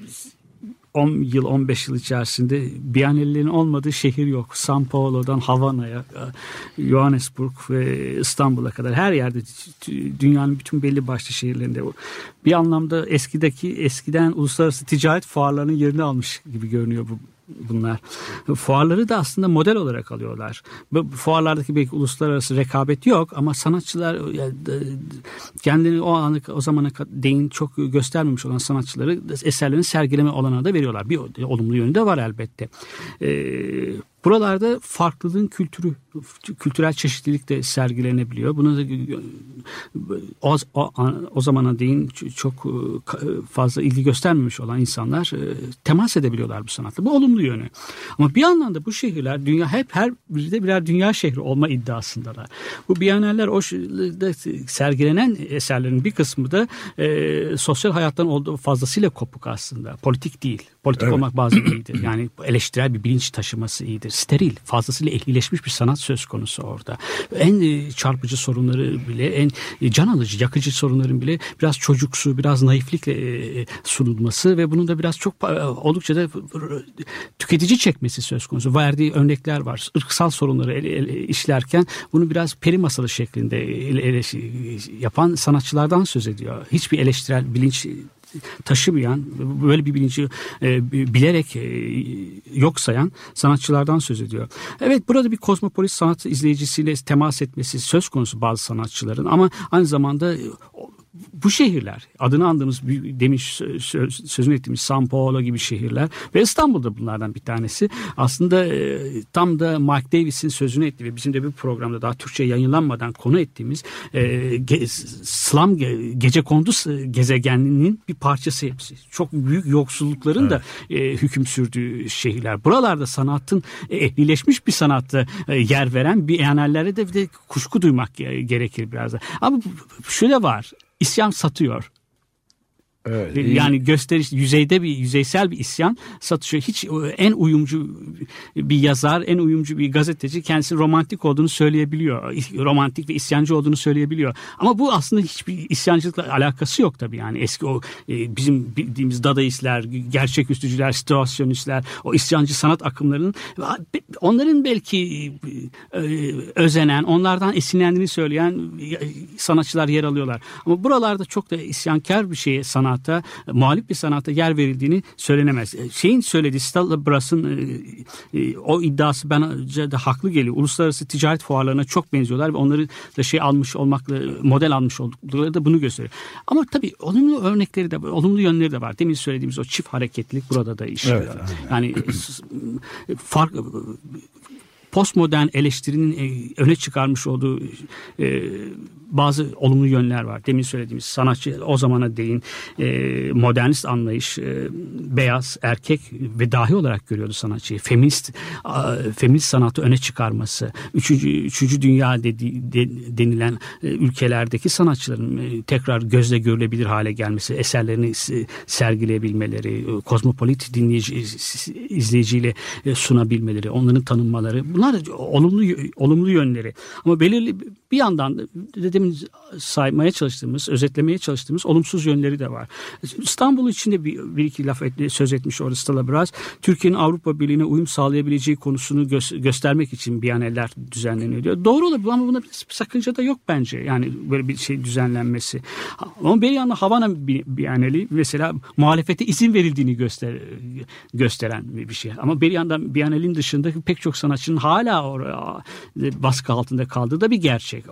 on yıl, on beş yıl içerisinde Biyanellerin olmadığı şehir yok. São Paulo'dan Havana'ya, Johannesburg ve İstanbul'a kadar her yerde, dünyanın bütün belli başlı şehirlerinde bir anlamda eskideki eskiden uluslararası ticaret fuarlarının yerini almış gibi görünüyor bu. Bunlar. Fuarları da aslında model olarak alıyorlar. Bu fuarlardaki belki uluslararası rekabet yok ama sanatçılar kendini o anı, o zamana değin çok göstermemiş olan sanatçıları eserlerini sergileme olanağı da veriyorlar. Bir olumlu yönü de var elbette. Ee, Buralarda farklılığın kültürü, kültürel çeşitlilik de sergilenebiliyor. Bunu da o, o, o zamana değin çok fazla ilgi göstermemiş olan insanlar temas edebiliyorlar bu sanatla. Bu olumlu yönü. Ama bir yandan da bu şehirler dünya, hep her biri de birer dünya şehri olma iddiasındalar. Bu Biyenaller, o sergilenen eserlerin bir kısmı da e, sosyal hayattan olduğu fazlasıyla kopuk aslında. Politik değil. Politik evet. olmak bazen iyidir. Yani eleştirel bir bilinç taşıması iyidir. Steril, fazlasıyla ehlileşmiş bir sanat söz konusu orada. En çarpıcı sorunları bile, en can alıcı, yakıcı sorunların bile biraz çocuksu, biraz naiflikle sunulması ve bunun da biraz çok oldukça da tüketici çekmesi söz konusu. Verdiği örnekler var. Irksal sorunları ele, ele, işlerken bunu biraz peri masalı şeklinde ele, ele, yapan sanatçılardan söz ediyor. Hiçbir eleştirel bilinç taşımayan, böyle bir bilinci e, bilerek e, yok sayan sanatçılardan söz ediyor. Evet, burada bir kozmopolit sanat izleyicisiyle temas etmesi söz konusu bazı sanatçıların, ama aynı zamanda bu şehirler, adını andığımız, demin sözünü ettiğimiz São Paulo gibi şehirler ve İstanbul'da bunlardan bir tanesi. Aslında tam da Mike Davis'in sözünü ettiği ve bizim de bir programda daha Türkçe yayınlanmadan konu ettiğimiz e, Slam gecekondu gezegeninin bir parçası hepsi. Çok büyük yoksullukların evet. da e, hüküm sürdüğü şehirler. Buralarda sanatın e, ehlileşmiş bir sanatta e, yer veren Biennallere de, de kuşku duymak gerekir biraz da. Ama şöyle var. İsyan satıyor. Evet, yani gösteriş, yüzeyde bir yüzeysel bir isyan satışıyor. Hiç en uyumcu bir yazar, en uyumcu bir gazeteci kendisi romantik olduğunu söyleyebiliyor. Romantik ve isyancı olduğunu söyleyebiliyor. Ama bu aslında hiçbir isyancılıkla alakası yok tabii yani. Eski o bizim bildiğimiz dadaistler, gerçeküstücüler, situasyonistler, o isyancı sanat akımlarının, onların belki özenen, onlardan esinlendiğini söyleyen sanatçılar yer alıyorlar. Ama buralarda çok da isyankar bir şeye, sanat sanata, muhalif bir sanata yer verildiğini söylenemez. Şeyin söylediği, Stalabras'ın e, o iddiası bence de haklı geliyor. Uluslararası ticaret fuarlarına çok benziyorlar ve onları da şey almış olmakla, model almış oldukları da bunu gösteriyor. Ama tabii olumlu örnekleri de, olumlu yönleri de var. Demin söylediğimiz o çift hareketlilik burada da işliyor. Evet, yani fark postmodern eleştirinin e, öne çıkarmış olduğu e, bazı olumlu yönler var. Demin söylediğimiz sanatçı o zamana değin e, modernist anlayış, e, beyaz erkek ve dahi olarak görüyordu sanatçıyı. Feminist a, feminist sanatı öne çıkarması, üçüncü, üçüncü dünya dedi, de, denilen e, ülkelerdeki sanatçıların e, tekrar gözle görülebilir hale gelmesi, eserlerini e, sergileyebilmeleri, e, kozmopolit dinleyici, izleyiciyle e, sunabilmeleri, onların tanınmaları, bunlar olumlu olumlu yönleri. Ama belirli bir yandan da demin saymaya çalıştığımız, özetlemeye çalıştığımız olumsuz yönleri de var. İstanbul içinde bir, bir iki laf et, söz etmiş orada Stella Braz. Türkiye'nin Avrupa Birliği'ne uyum sağlayabileceği konusunu gö- göstermek için biyaneller düzenleniyor diyor. Doğru olabilir ama buna bir sakınca da yok bence. Yani böyle bir şey düzenlenmesi. Ama bir yandan Havana biyaneli mesela muhalefete izin verildiğini göster gösteren bir şey. Ama bir yandan biyanelin dışında pek çok sanatçının hala oraya baskı altında kaldığı da bir gerçek.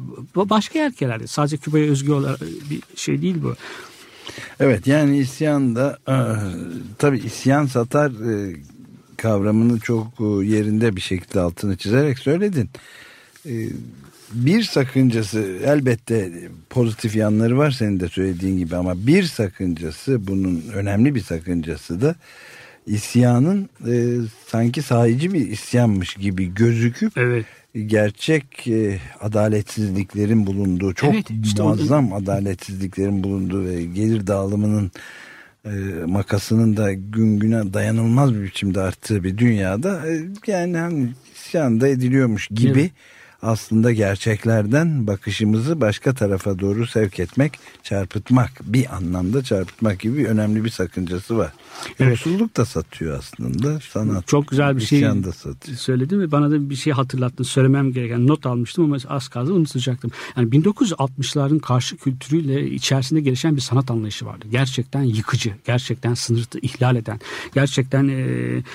Başka ülkelerde sadece Küba'ya özgü olan bir şey değil bu. Evet, yani isyan da e, tabii isyan satar e, kavramını çok e, yerinde bir şekilde altını çizerek söyledin. E, bir sakıncası, elbette pozitif yanları var senin de söylediğin gibi, ama bir sakıncası, bunun önemli bir sakıncası da isyanın e, sanki sahici bir isyanmış gibi gözüküp evet. gerçek e, adaletsizliklerin bulunduğu, çok evet, işte muazzam orada... adaletsizliklerin bulunduğu ve gelir dağılımının e, makasının da gün güne dayanılmaz bir biçimde arttığı bir dünyada e, yani hani isyan da ediliyormuş gibi evet. aslında gerçeklerden bakışımızı başka tarafa doğru sevk etmek, çarpıtmak, bir anlamda çarpıtmak gibi bir önemli bir sakıncası var. Evet. Yoksulluk da satıyor aslında. Sanat, çok güzel bir şey söyledin ve bana da bir şey hatırlattın. Söylemem gereken, not almıştım ama az kaldı unutacaktım. Yani bin dokuz yüz altmışların karşı kültürüyle içerisinde gelişen bir sanat anlayışı vardı. Gerçekten yıkıcı, gerçekten sınırı ihlal eden, gerçekten e,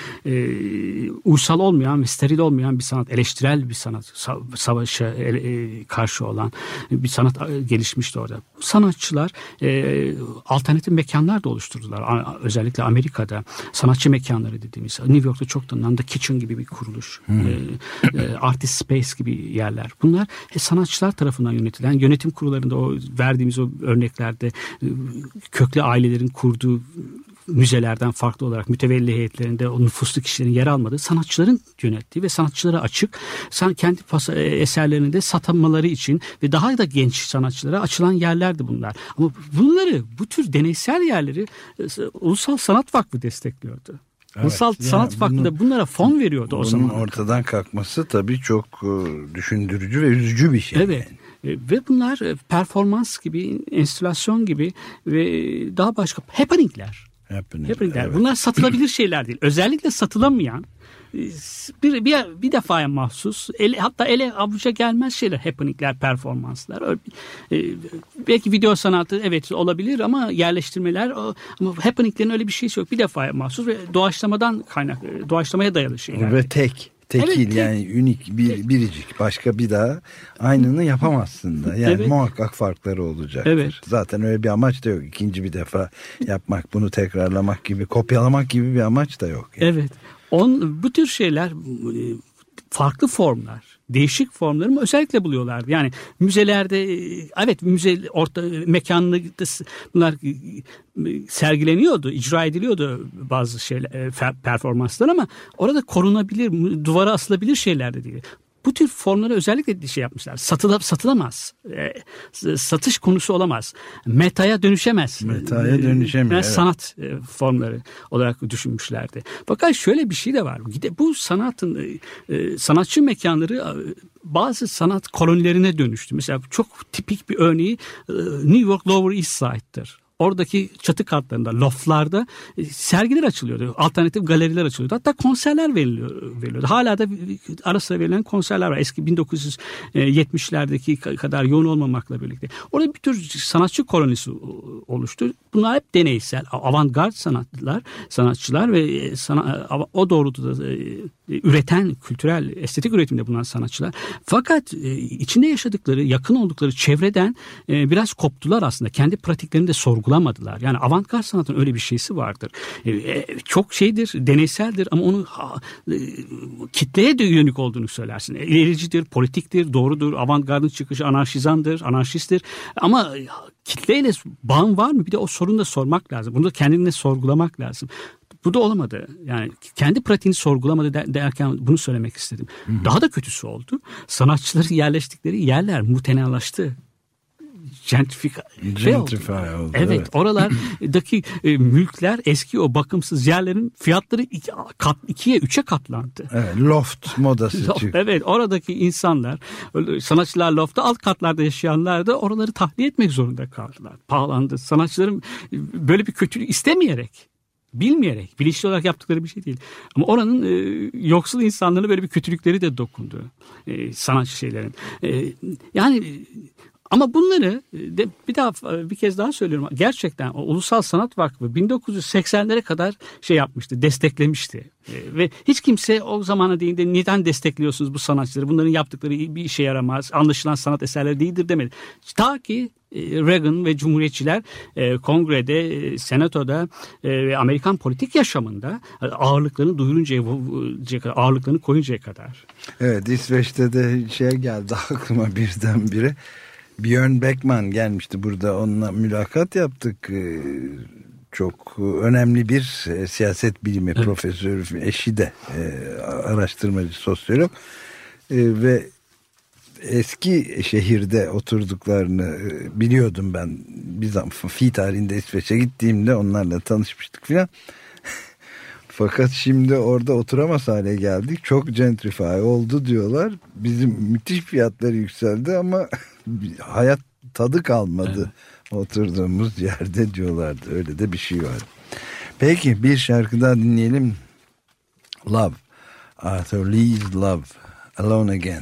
e, uysal olmayan ve steril olmayan bir sanat, eleştirel bir sanat, savaşa e, karşı olan bir sanat gelişmişti orada. Bu sanatçılar e, alternatif mekanlar da oluşturdular. Özellikle Amerika'da sanatçı mekanları dediğimiz, New York'ta çok tanınan The Kitchen gibi bir kuruluş, hmm. e, e, Artist Space gibi yerler. Bunlar e, sanatçılar tarafından yönetilen, yönetim kurullarında o verdiğimiz o örneklerde e, köklü ailelerin kurduğu müzelerden farklı olarak mütevelli heyetlerinde o nüfuslu kişilerin yer almadığı, sanatçıların yönettiği ve sanatçılara açık, kendi eserlerini de satamaları için ve daha da genç sanatçılara açılan yerlerdi bunlar. Ama bunları, bu tür deneysel yerleri Ulusal Sanat Vakfı destekliyordu. Evet, Ulusal yani Sanat Vakfı da bunlara fon veriyordu o zaman. Bunun ortadan kalkması tabii çok düşündürücü ve üzücü bir şey. Evet. Yani. Ve bunlar performans gibi, enstitülasyon gibi ve daha başka happeningler. Happening, happeningler. Evet. Bunlar satılabilir şeyler değil. Özellikle satılamayan, bir, bir, bir defaya mahsus, ele, hatta ele avuca gelmez şeyler, happeningler, performanslar. E, belki video sanatı evet olabilir ama yerleştirmeler, ama happeninglerin öyle bir şeysi yok. Bir defaya mahsus ve doğaçlamadan kaynak, doğaçlamaya dayalı şeyler. Ve tek. Tekil, evet, yani tek. Ünik, bir, biricik. Başka bir daha aynını yapamazsın da. Yani evet. muhakkak farkları olacaktır. Evet. Zaten öyle bir amaç da yok. İkinci bir defa yapmak, bunu tekrarlamak gibi, kopyalamak gibi bir amaç da yok. Yani. Evet. On, bu tür şeyler farklı formlar, değişik formları mı özellikle buluyorlardı. Yani müzelerde, evet, müze orta mekanlı bunlar sergileniyordu, icra ediliyordu bazı şeyler, performanslar, ama orada korunabilir, duvara asılabilir şeyler de değil. Bu tür formları özellikle şey yapmışlar. Satıla, satılamaz. E, satış konusu olamaz. Metaya dönüşemez. Metaya dönüşemiyor. Yani evet. Sanat e, formları olarak düşünmüşlerdi. Fakat şöyle bir şey de var. Bu sanatın e, sanatçı mekanları e, bazı sanat kolonilerine dönüştü. Mesela çok tipik bir örneği e, New York Lower East Side'dır. Oradaki çatı katlarında, loftlarda e, sergiler açılıyordu. Alternatif galeriler açılıyordu. Hatta konserler veriliyor, veriliyordu. Hala da ara sıra verilen konserler var. Eski bin dokuz yüz yetmişlerdeki kadar yoğun olmamakla birlikte. Orada bir tür sanatçı kolonisi oluştu. Bunlar hep deneysel, avantgard sanatçılar, sanatçılar ve sana, o doğrultuda e, üreten, kültürel, estetik üretimde bulunan sanatçılar. Fakat e, içinde yaşadıkları, yakın oldukları çevreden e, biraz koptular aslında. Kendi pratiklerini de sorguladılar. sorgulamadılar. Yani avantgard sanatın öyle bir şeysi vardır. E, çok şeydir, deneyseldir ama onu ha, e, kitleye de yönelik olduğunu söylersin. İlericidir, politiktir, doğrudur. Avantgardın çıkışı anarşizandır, anarşisttir. Ama kitleyle bağın var mı? Bir de o sorunu da sormak lazım. Bunu da kendine sorgulamak lazım. Bu da olamadı. Yani kendi pratiğini sorgulamadı derken bunu söylemek istedim. Hı hı. Daha da kötüsü oldu. Sanatçıların yerleştikleri yerler mutenalaştı. Gentrifika, Gentrify oldu. Evet, evet. Oralardaki e, mülkler, eski o bakımsız yerlerin fiyatları iki, kat, ikiye, üçe katlandı. Evet, loft modası çıktı. Evet, oradaki insanlar, sanatçılar loftta, alt katlarda yaşayanlar da oraları tahliye etmek zorunda kaldılar. Pahalandı. Sanatçıların böyle bir kötülük istemeyerek, bilmeyerek, bilinçli olarak yaptıkları bir şey değil. Ama oranın e, yoksul insanlarına böyle bir kötülükleri de dokundu. E, sanatçı şeylerin. E, yani... Ama bunları de bir daha bir kez daha söylüyorum. Gerçekten o Ulusal Sanat Vakfı bin dokuz yüz seksenlere kadar şey yapmıştı, desteklemişti. Ee, ve hiç kimse o zamana değin de neden destekliyorsunuz bu sanatçıları? Bunların yaptıkları bir işe yaramaz, anlaşılan sanat eserleri değildir demedi. Ta ki Reagan ve Cumhuriyetçiler e, kongrede, e, senatoda e, ve Amerikan politik yaşamında ağırlıklarını duyuruncaya, ağırlıklarını koyuncaya kadar. Evet, İsveç'te de şey geldi aklıma birdenbire. Björn Beckman gelmişti burada, onunla mülakat yaptık. Çok önemli bir siyaset bilimi evet. profesörü, eşi de araştırmacı, sosyolog ve eski şehirde oturduklarını biliyordum ben. Bir zaman fi tarihinde İsveç'e gittiğimde onlarla tanışmıştık filan. Fakat şimdi orada oturamaz hale geldik. Çok gentrify oldu diyorlar. Bizim müthiş fiyatları yükseldi ama hayat tadı kalmadı evet. oturduğumuz yerde diyorlardı. Öyle de bir şey var. Peki bir şarkı daha dinleyelim. Love. Arthur Lee's Love. Alone Again.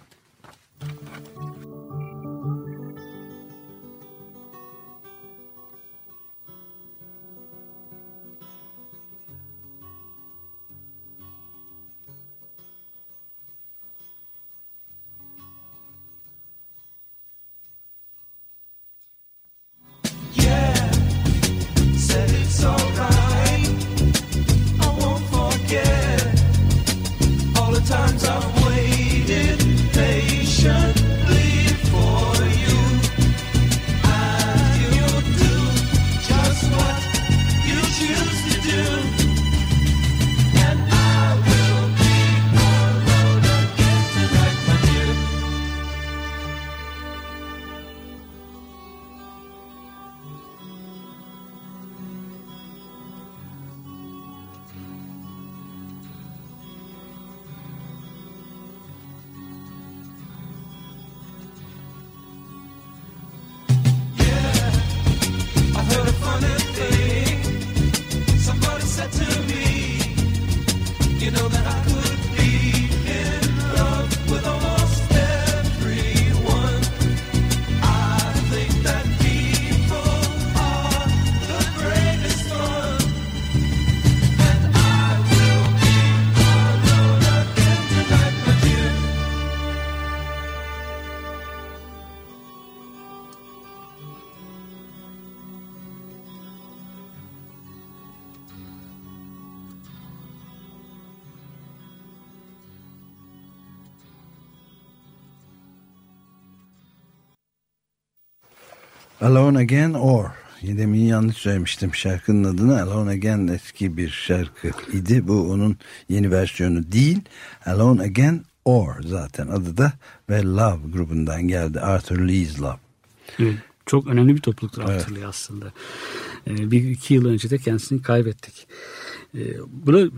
Alone Again or demin yanlış söylemiştim şarkının adını. Alone Again eski bir şarkı idi. Bu onun yeni versiyonu değil. Alone Again or zaten adı da ve Love grubundan geldi. Arthur Lee's Love. Evet, çok önemli bir topluluktur Arthur Lee aslında. Ee, bir iki yıl önce de kendisini kaybettik. Ee, bunu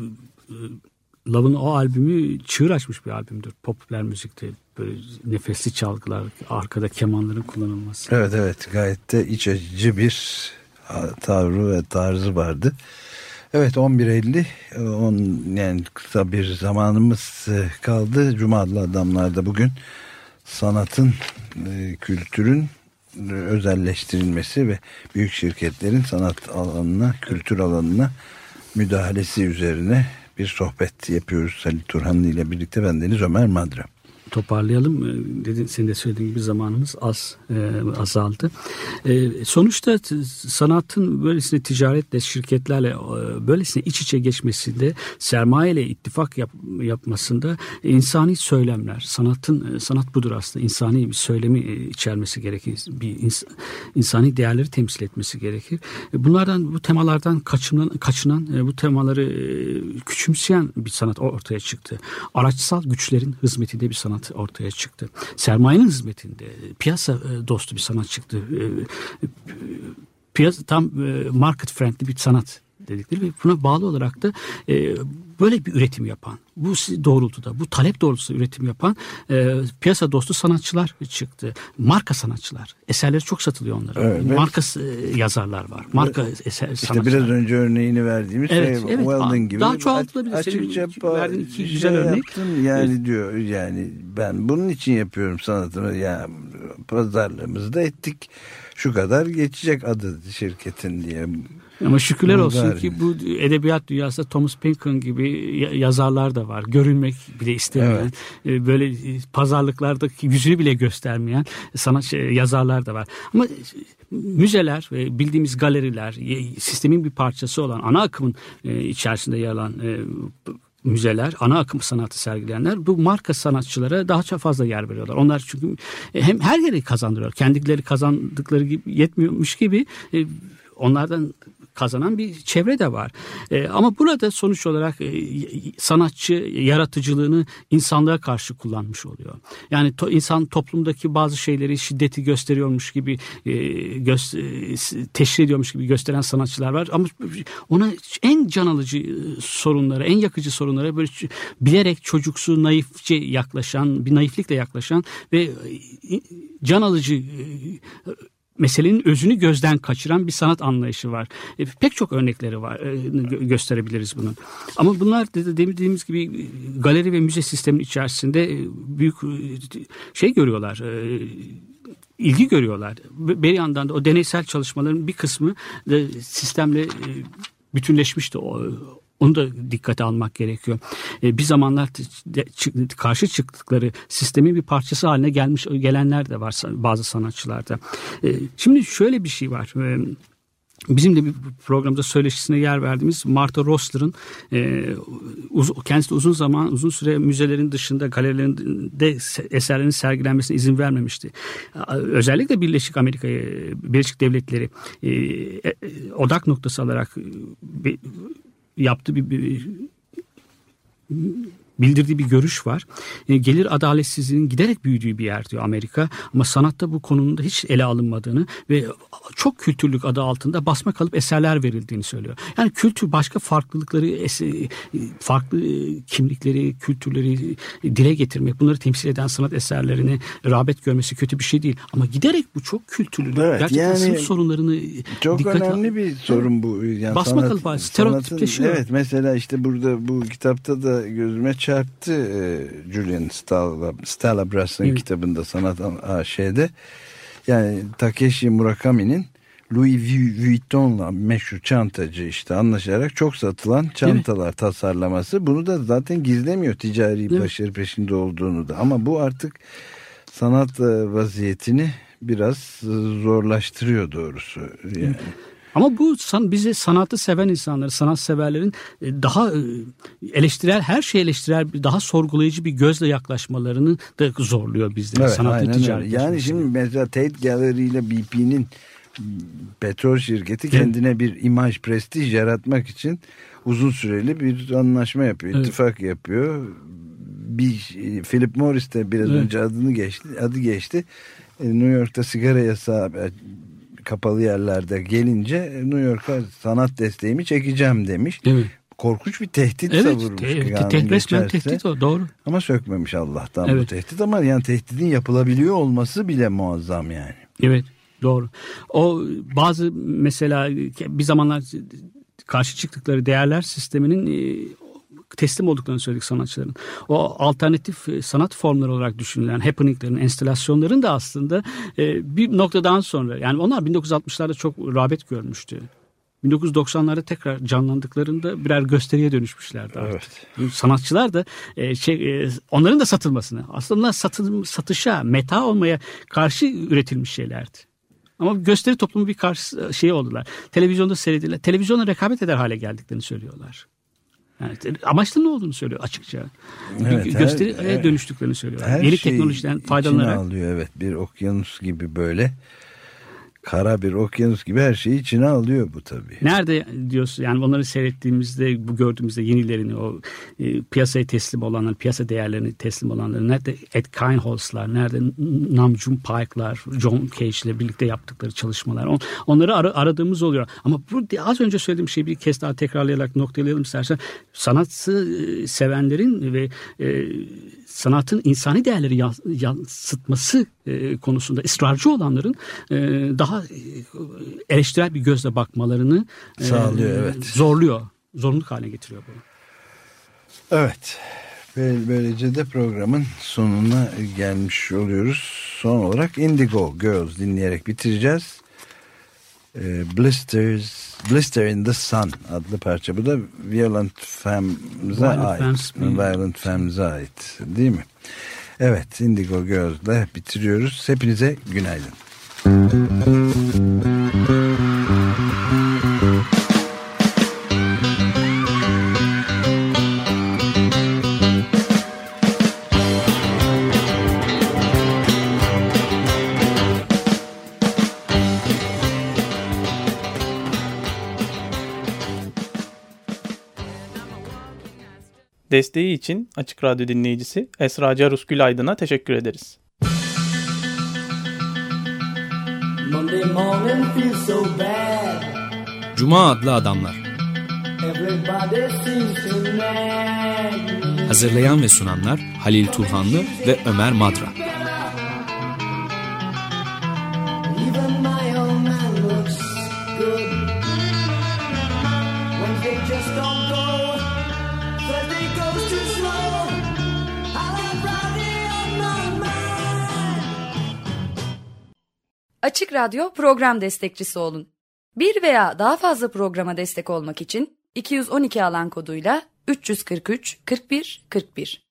Love'ın o albümü çığır açmış bir albümdür. Popüler müzikte böyle nefesli çalgılar, arkada kemanların kullanılması. Evet evet, gayet de iç açıcı bir tavrı ve tarzı vardı. Evet, on bir elli on, yani kısa bir zamanımız kaldı. Cuma adlı adamlarda bugün sanatın, kültürün özelleştirilmesi ve büyük şirketlerin sanat alanına, kültür alanına müdahalesi üzerine bir sohbet yapıyoruz Halil Turhanlı ile birlikte. Ben Deniz Ömer Madra. toparlayalım. Dedin, senin de söylediğin gibi zamanımız az e, azaldı. E, sonuçta t- sanatın böylesine ticaretle, şirketlerle e, böylesine iç içe geçmesinde, sermayeyle ittifak yap, yapmasında insani söylemler, sanatın sanat budur aslında. İnsani bir söylemi e, içermesi gerekir. Bir ins- insani değerleri temsil etmesi gerekir. E, bunlardan, bu temalardan kaçınan, kaçınan e, bu temaları e, küçümseyen bir sanat ortaya çıktı. Araçsal güçlerin hizmetinde bir sanat ortaya çıktı. Sermayenin hizmetinde, piyasa dostu bir sanat çıktı. Piyasa tam market friendly bir sanat dedikleri ve buna bağlı olarak da böyle bir üretim yapan, bu doğrultuda, bu talep doğrultusunda üretim yapan piyasa dostu sanatçılar çıktı. Marka sanatçılar. Eserleri çok satılıyor onların. Evet, marka yazarlar var. Marka evet. eser işte sanatçılar. biraz önce örneğini verdiğimiz evet, şey, evet. Weldon gibi. Daha çoğaltılabilir. Açıkça verdiğin iki şey güzel örnek. Yaptım, yani evet. Diyor yani ben bunun için yapıyorum sanatımı. Yani pazarlığımızı da ettik. Şu kadar geçecek adı şirketin diye. Ama şükürler olsun ki bu edebiyat dünyasında Thomas Pynchon gibi yazarlar da var. Görünmek bile istemeyen, evet. Böyle pazarlıklardaki yüzünü bile göstermeyen sanat yazarlar da var. Ama müzeler ve bildiğimiz galeriler, sistemin bir parçası olan, ana akımın içerisinde yer alan müzeler, ana akım sanatı sergileyenler bu marka sanatçılara daha çok fazla yer veriyorlar. Onlar çünkü hem her yeri kazandırıyor. Kendileri kazandıkları gibi yetmiyormuş gibi onlardan kazanan bir çevre de var. E, ama burada sonuç olarak e, sanatçı yaratıcılığını insanlığa karşı kullanmış oluyor. Yani to, insan toplumdaki bazı şeyleri, şiddeti gösteriyormuş gibi e, göz, e, teşhir ediyormuş gibi gösteren sanatçılar var. Ama ona en can alıcı sorunlara, en yakıcı sorunlara böyle bilerek çocuksu, naifçe yaklaşan, bir naiflikle yaklaşan ve can alıcı meselenin özünü gözden kaçıran bir sanat anlayışı var. E, pek çok örnekleri var. E, gö- gösterebiliriz bunun. Ama bunlar de, dediğimiz gibi galeri ve müze sisteminin içerisinde büyük şey görüyorlar. E, ilgi görüyorlar. Bir yandan da o deneysel çalışmaların bir kısmı da sistemle e, bütünleşmişti. O, Onu da dikkate almak gerekiyor. Ee, bir zamanlar t- karşı çıktıkları sistemin bir parçası haline gelmiş gelenler de var bazı sanatçılarda. Ee, şimdi şöyle bir şey var. Ee, bizim de bir programda söyleşisine yer verdiğimiz Martha Rosler'ın e, uz, kendisi de uzun zaman, uzun süre müzelerin dışında, galerilerinde eserlerin sergilenmesine izin vermemişti. Özellikle Birleşik Amerika, Birleşik Devletleri e, e, odak noktası alarak e, yaptığı bir, bir bildirdiği bir görüş var. E, gelir adaletsizliğinin giderek büyüdüğü bir yer diyor Amerika. Ama sanatta bu konunun da hiç ele alınmadığını ve çok kültürlük adı altında basma kalıp eserler verildiğini söylüyor. Yani kültür başka farklılıkları, es- farklı kimlikleri, kültürleri dile getirmek, bunları temsil eden sanat eserlerine rağbet görmesi kötü bir şey değil. Ama giderek bu çok kültürlülük, evet, gerçekten yani sınıf sorunlarını çok dikkate önemli al- bir sorun bu. Yani basma sanat, kalıp stereotipleşiyor. Evet, mesela işte burada bu kitapta da gözüme çarptı e, Julian Stala, Stala Brass'ın evet. kitabında Sanat A Ş'de yani Takeshi Murakami'nin Louis Vuitton'la meşhur çantacı işte anlaşarak çok satılan çantalar evet. tasarlaması. Bunu da zaten gizlemiyor ticari evet. başarı peşinde olduğunu da. Ama bu artık sanat vaziyetini biraz zorlaştırıyor doğrusu. Yani. Evet. Ama bu bize sanatı seven insanları, sanatseverlerin daha eleştirel, her şey eleştirel, daha sorgulayıcı bir gözle yaklaşmalarını da zorluyor bizleri. Evet, sanatlı ticaret. Yani şimdi mesela Tate Gallery ile B P'nin petrol şirketi kendine evet. bir imaj, prestij yaratmak için uzun süreli bir anlaşma yapıyor, evet. ittifak yapıyor. Bir Philip Morris de biraz evet. önce adını geçti, adı geçti. New York'ta sigara yasağı kapalı yerlerde gelince New York'a sanat desteğimi çekeceğim demiş. Evet. Korkunç bir tehdit evet, savurmuş. Evet, te- resmen tehdit o, doğru. Ama sökmemiş Allah'tan evet. bu tehdit. Ama yani tehdidin yapılabiliyor olması bile muazzam yani. Evet, doğru. O bazı mesela bir zamanlar karşı çıktıkları değerler sisteminin teslim olduklarını söyledik sanatçıların. O alternatif sanat formları olarak düşünülen happeninglerin, enstalasyonların da aslında bir noktadan sonra, yani onlar bin dokuz yüz altmışlarda çok rağbet görmüştü. bin dokuz yüz doksanlarda tekrar canlandıklarında birer gösteriye dönüşmüşlerdi artık. Evet. Sanatçılar da e, şey, e, onların da satılmasını, aslında satın, satışa, meta olmaya karşı üretilmiş şeylerdi. Ama gösteri toplumu bir karşı şey oldular. Televizyonda seyrediler. Televizyonla rekabet eder hale geldiklerini söylüyorlar. Yani amaçlı ne olduğunu söylüyor açıkça. Evet, gösteriye evet, dönüştüklerini söylüyorlar. Her Yeni şey teknolojiden faydalanarak. Alıyor, evet, bir okyanus gibi böyle. Kara bir okyanus gibi her şeyi içine alıyor bu tabii. Nerede diyorsun, yani onları seyrettiğimizde, bu gördüğümüzde yenilerini, o e, piyasaya teslim olanlar, piyasa değerlerini teslim olanlar, nerede Ed Keinholz'lar, nerede Nam June Paik'lar, John Cage ile birlikte yaptıkları çalışmalar, on, onları ar- aradığımız oluyor. Ama bu az önce söylediğim şeyi bir kez daha tekrarlayarak noktalayalım istersen. Sanatı e, sevenlerin ve e, sanatın insani değerleri yansıtması e, konusunda ısrarcı olanların e, daha e, eleştirel bir gözle bakmalarını e, sağlıyor, evet. Zorluyor. Zorunluluk haline getiriyor bunu. Evet. Böylece de programın sonuna gelmiş oluyoruz. Son olarak Indigo Girls dinleyerek bitireceğiz. E, Blisters, Blister in the Sun adlı parça. Bu da Violent Femmes'e ait. Violent Femmes'e ait. Değil mi? Evet, Indigo Girls'la bitiriyoruz. Hepinize günaydın. Desteği için Açık Radyo dinleyicisi Esra Carus Gülaydın'a teşekkür ederiz. Cuma adlı adamlar. Hazırlayan ve sunanlar Halil Turhanlı ve Ömer Madra. Açık Radyo program destekçisi olun. Bir veya daha fazla programa destek olmak için iki yüz on iki alan koduyla üç yüz kırk üç kırk bir kırk bir